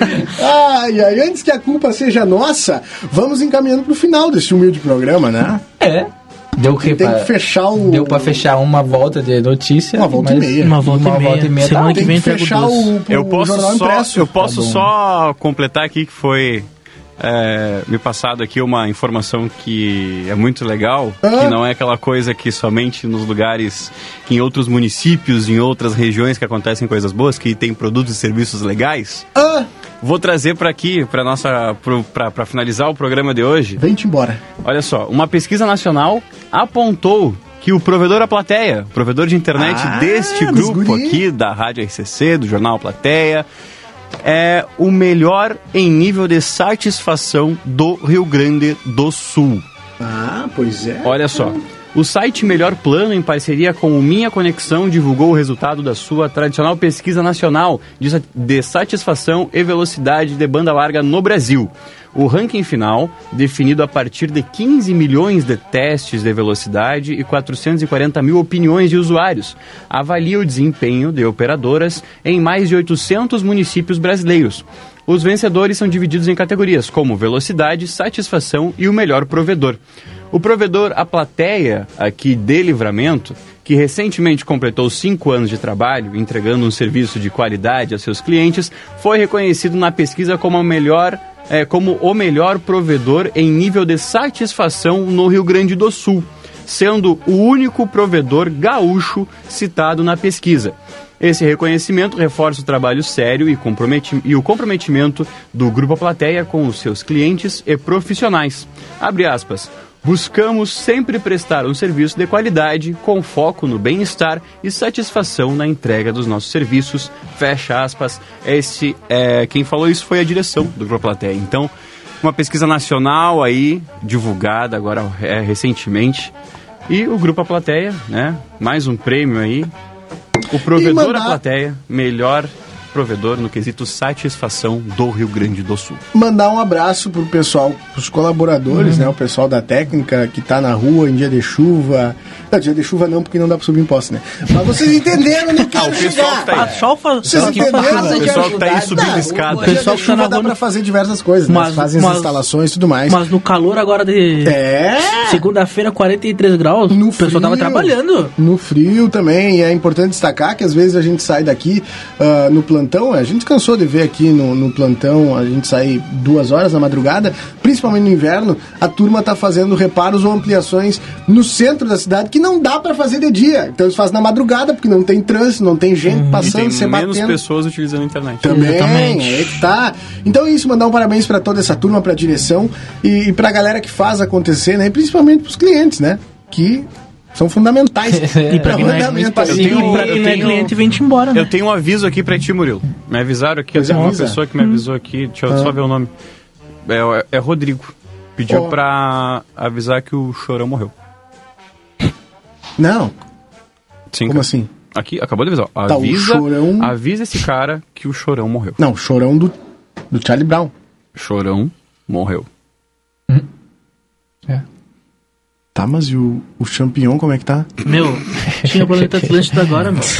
B: Ai, antes que a culpa seja nossa, vamos encaminhando pro final desse humilde programa, né?
C: Deu que Deu pra fechar uma volta de notícia.
B: Uma volta e meia.
E: Uma volta e meia. Semana que vem
B: fechar o jornal impresso.
D: Eu posso só completar aqui que foi... me passado aqui uma informação que é muito legal, que não é aquela coisa que somente nos lugares, que em outros municípios, em outras regiões que acontecem coisas boas, que tem produtos e serviços legais. Vou trazer para aqui, para finalizar o programa de hoje.
B: Vem-te embora.
D: Olha só, uma pesquisa nacional apontou que o provedor A Plateia, provedor de internet deste grupo aqui, da Rádio RCC, do Jornal A Plateia, é o melhor em nível de satisfação do Rio Grande do Sul.
B: Ah, pois é.
D: Olha só. O site Melhor Plano, em parceria com o Minha Conexão, divulgou o resultado da sua tradicional pesquisa nacional de satisfação e velocidade de banda larga no Brasil. O ranking final, definido a partir de 15 milhões de testes de velocidade e 440 mil opiniões de usuários, avalia o desempenho de operadoras em mais de 800 municípios brasileiros. Os vencedores são divididos em categorias como velocidade, satisfação e o melhor provedor. O provedor A Plateia, aqui de Livramento, que recentemente completou 5 anos de trabalho, entregando um serviço de qualidade a seus clientes, foi reconhecido na pesquisa como o melhor provedor em nível de satisfação no Rio Grande do Sul, sendo o único provedor gaúcho citado na pesquisa. Esse reconhecimento reforça o trabalho sério e o comprometimento do Grupo A Plateia com os seus clientes e profissionais. Abre aspas. Buscamos sempre prestar um serviço de qualidade, com foco no bem-estar e satisfação na entrega dos nossos serviços. Fecha aspas. Quem falou isso foi a direção do Grupo Plateia. Então, uma pesquisa nacional aí, divulgada agora recentemente. E o Grupo A Plateia, né? Mais um prêmio aí. O provedor A Plateia, melhor provedor no quesito satisfação do Rio Grande do Sul.
B: Mandar um abraço pro pessoal, pros colaboradores, né? O pessoal da técnica que tá na rua em dia de chuva. Não, dia de chuva não, porque não dá pra subir em poste, né? Mas vocês entenderam no que eu chegar. Vocês entenderam?
D: O pessoal que tá aí subindo escada.
B: O pessoal que chuva dá pra fazer diversas coisas, né? Fazem as instalações e tudo mais.
E: Mas no calor agora de segunda-feira, 43 graus, o pessoal tava trabalhando.
B: No frio também, e é importante destacar que às vezes a gente sai daqui no plantão, a gente cansou de ver aqui no plantão, a gente sai 2 horas na madrugada, principalmente no inverno, a turma tá fazendo reparos ou ampliações no centro da cidade que não dá pra fazer de dia. Então eles fazem na madrugada, porque não tem trânsito, não tem gente passando, se batendo.
D: Menos pessoas utilizando a internet.
B: Também, aí que tá. Então é isso, mandar um parabéns pra toda essa turma, pra direção e pra galera que faz acontecer, né? E principalmente pros clientes, né? Que são fundamentais.
E: E pra quem não é cliente, vem-te embora, né?
D: Eu tenho um aviso aqui pra ti, Murilo. Me avisaram aqui, tem uma pessoa que me avisou aqui, deixa eu só ver o nome. É Rodrigo. Pediu pra avisar que o Chorão morreu.
B: Não.
D: Sim,
B: como assim?
D: Aqui, acabou de avisar. Avisa esse cara que o Chorão morreu.
B: Não, o Chorão do Charlie Brown.
D: Chorão morreu.
B: Tá, mas e o Champignon, como é que tá?
E: Meu, tinha o Planeta Atlântida agora, meu.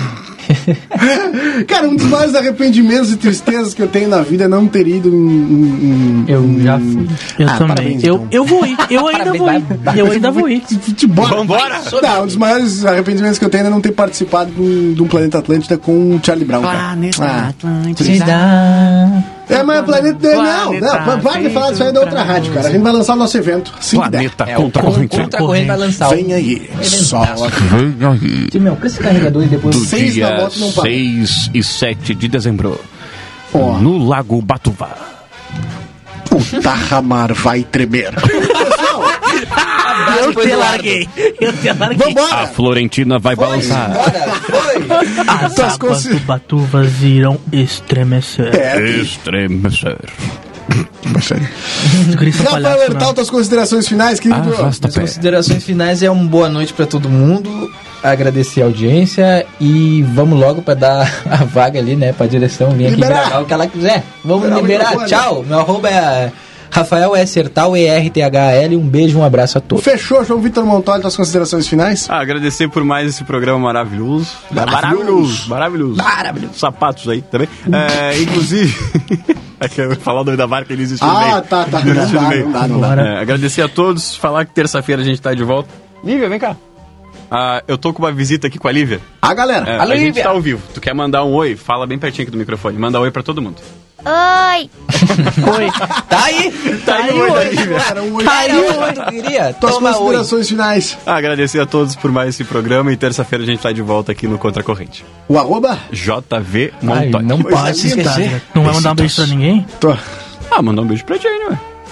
B: Cara, um dos maiores arrependimentos e tristezas que eu tenho na vida é não ter ido
E: Eu já fui. Eu também. Parabéns, eu vou ir. Eu ainda vou ir.
B: Futebol.
D: Vambora!
B: Não, um dos maiores arrependimentos que eu tenho é não ter participado de um Planeta Atlântida com o Charlie Brown.
C: Planeta Atlântida.
B: Mas Planeta... Não, para de falar disso aí da outra rádio, cara. A gente vai lançar o nosso evento.
D: Planeta Contra Corrente.
C: Contra Corrente vai lançar.
B: Vem aí. Só.
C: Vem aí. Meu, com esse carregador e depois...
D: Do dia 6 e 7 de dezembro. No Lago Batuvá.
B: O Tarramar vai tremer.
E: Eu te larguei.
B: Vambora.
D: A Florentina vai balançar.
E: As águas do Batuvas irão estremecer.
D: Estremecer.
B: Rafael Hertal, tuas considerações finais, querido?
C: As considerações finais é uma boa noite pra todo mundo. Agradecer a audiência e vamos logo pra dar a vaga ali, né, pra direção vir aqui gravar o que ela quiser. Vamos liberar. Tchau. Meu arroba é Rafael S. Hertal, ERTHL. Um beijo, um abraço a todos.
B: Fechou, João Vitor Montoya, tuas considerações finais?
D: Agradecer por mais esse programa maravilhoso. Maravilhoso. Sapatos aí também. Inclusive... É que eu ia falar o nome da marca, ele existe no meio.
B: Tá. Não dá.
D: Agradecer a todos, falar que terça-feira a gente tá de volta. Lívia, vem cá. Eu tô com uma visita aqui com a Lívia.
B: Galera.
D: A gente tá ao vivo. Tu quer mandar um oi? Fala bem pertinho aqui do microfone. Manda oi pra todo mundo.
G: Oi!
C: Oi! Tá aí o oi da Lívia.
B: Tá aí o
C: oi. Tu queria?
B: Tuas considerações finais.
D: Agradecer a todos por mais esse programa e terça-feira a gente tá de volta aqui no Contra Corrente.
B: O arroba?
D: JV Montoya.
C: Não pode se esquecer.
E: Não vai mandar um beijo pra ninguém?
D: Mandar um beijo pra Jane, ué.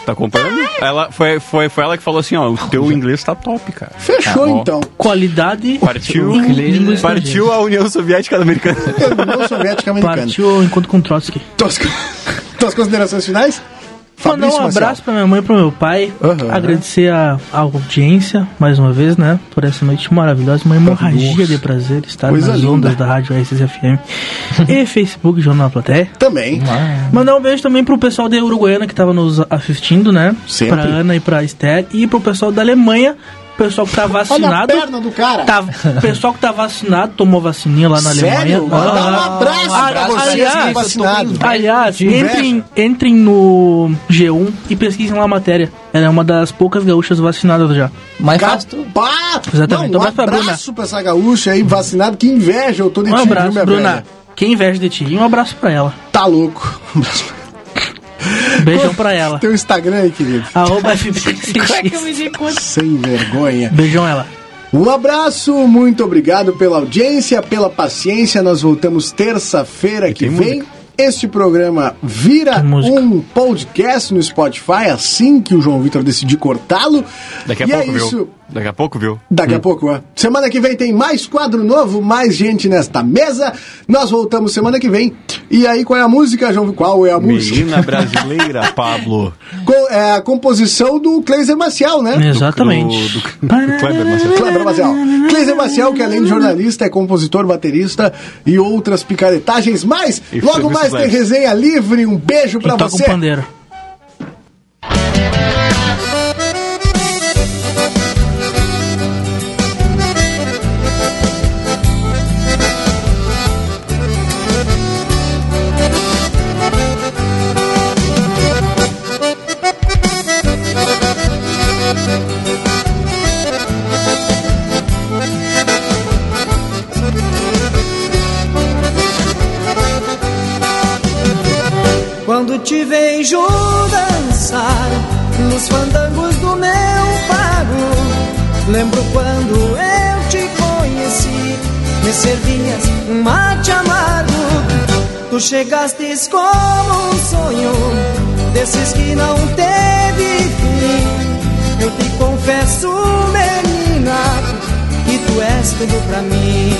D: Tá acompanhando? Ela, foi ela que falou assim, ó, o teu inglês tá top, cara.
B: Fechou, então.
E: Qualidade.
D: Partiu a União Soviética Americana.
B: União Soviética Americana.
E: Partiu o encontro com Trotsky.
B: Tuas considerações finais?
E: Mandar um abraço pra minha mãe e pro meu pai. Agradecer a audiência, mais uma vez, né? Por essa noite maravilhosa. Uma hemorragia de prazer estar nas ondas da Rádio RCC-FM e Facebook Jornal da Plateia.
B: Também.
E: Mandar um beijo também pro pessoal da Uruguaiana que tava nos assistindo, né?
B: Sempre.
E: Pra Ana e pra Esther. E pro pessoal da Alemanha. O pessoal que tá vacinado.
B: Olha a perna do cara.
E: O pessoal que tá vacinado, tomou vacininha lá na Alemanha.
B: Sério? Manda um abraço pra vocês que estão vacinados.
E: Aliás, entrem no G1 e pesquisem lá a matéria. Ela é uma das poucas gaúchas vacinadas já.
C: Mais fácil.
E: Exatamente.
B: Não, um abraço pra essa gaúcha aí vacinada. Que inveja eu tô de ti,
E: Um abraço,
B: minha
E: Bruna.
B: velha.
E: Que inveja de ti. E um abraço pra ela.
B: Tá louco. Um abraço.
E: Beijão pra ela.
B: Tem o Instagram aí, querido.
E: @FBCX.
B: Sem vergonha.
E: Beijão ela.
B: Um abraço, muito obrigado pela audiência, pela paciência. Nós voltamos terça-feira que vem. Este programa vira um podcast no Spotify assim que o João Vitor decidir cortá-lo.
D: Daqui a pouco, viu?
B: Daqui a pouco, ó. Semana que vem tem mais quadro novo, mais gente nesta mesa. Nós voltamos semana que vem. E aí, qual é a música, João? Qual é a música?
D: Menina Brasileira, Pablo.
B: É a composição do Cleiser Maciel, né?
E: Exatamente.
D: Do Kleber Maciel.
B: Kleber Maciel. Cleiser Maciel, que além de jornalista, é compositor, baterista e outras picaretagens. Mas, logo mais tem resenha livre. Um beijo pra
E: toca
B: você.
E: Um pandeiro.
H: Quando te vejo dançar nos fandangos do meu pago, lembro quando eu te conheci, me servias um mate amargo. Tu chegastes como um sonho, desses que não teve fim. Eu te confesso, menina, que tu és tudo pra mim.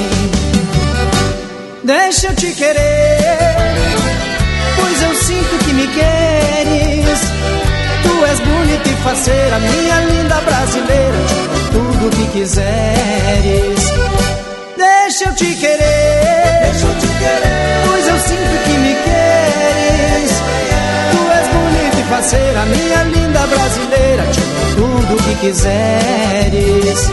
H: Deixa eu te querer, pois eu sinto que me queres. Tu és bonita e faceira, minha linda brasileira, tudo que quiseres. Deixa eu te querer, pois eu sinto que me queres. Tu és bonita e faceira, minha linda brasileira, tudo que quiseres.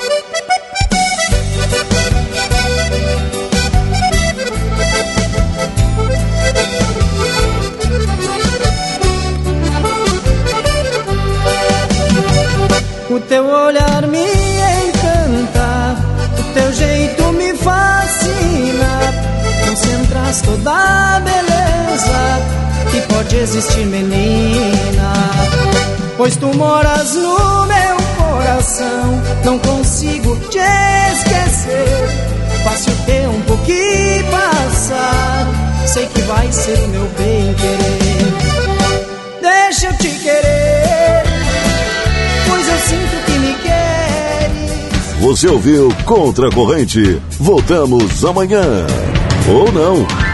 H: O teu olhar me encanta, o teu jeito me fascina. Concentras toda a beleza que pode existir, menina. Pois tu moras no meu coração, não consigo te esquecer. Fácil tempo que passar, sei que vai ser o meu bem-querer. Deixa eu te querer, pois eu sinto que me queres.
A: Você ouviu Contra a Corrente. Voltamos amanhã. Ou não.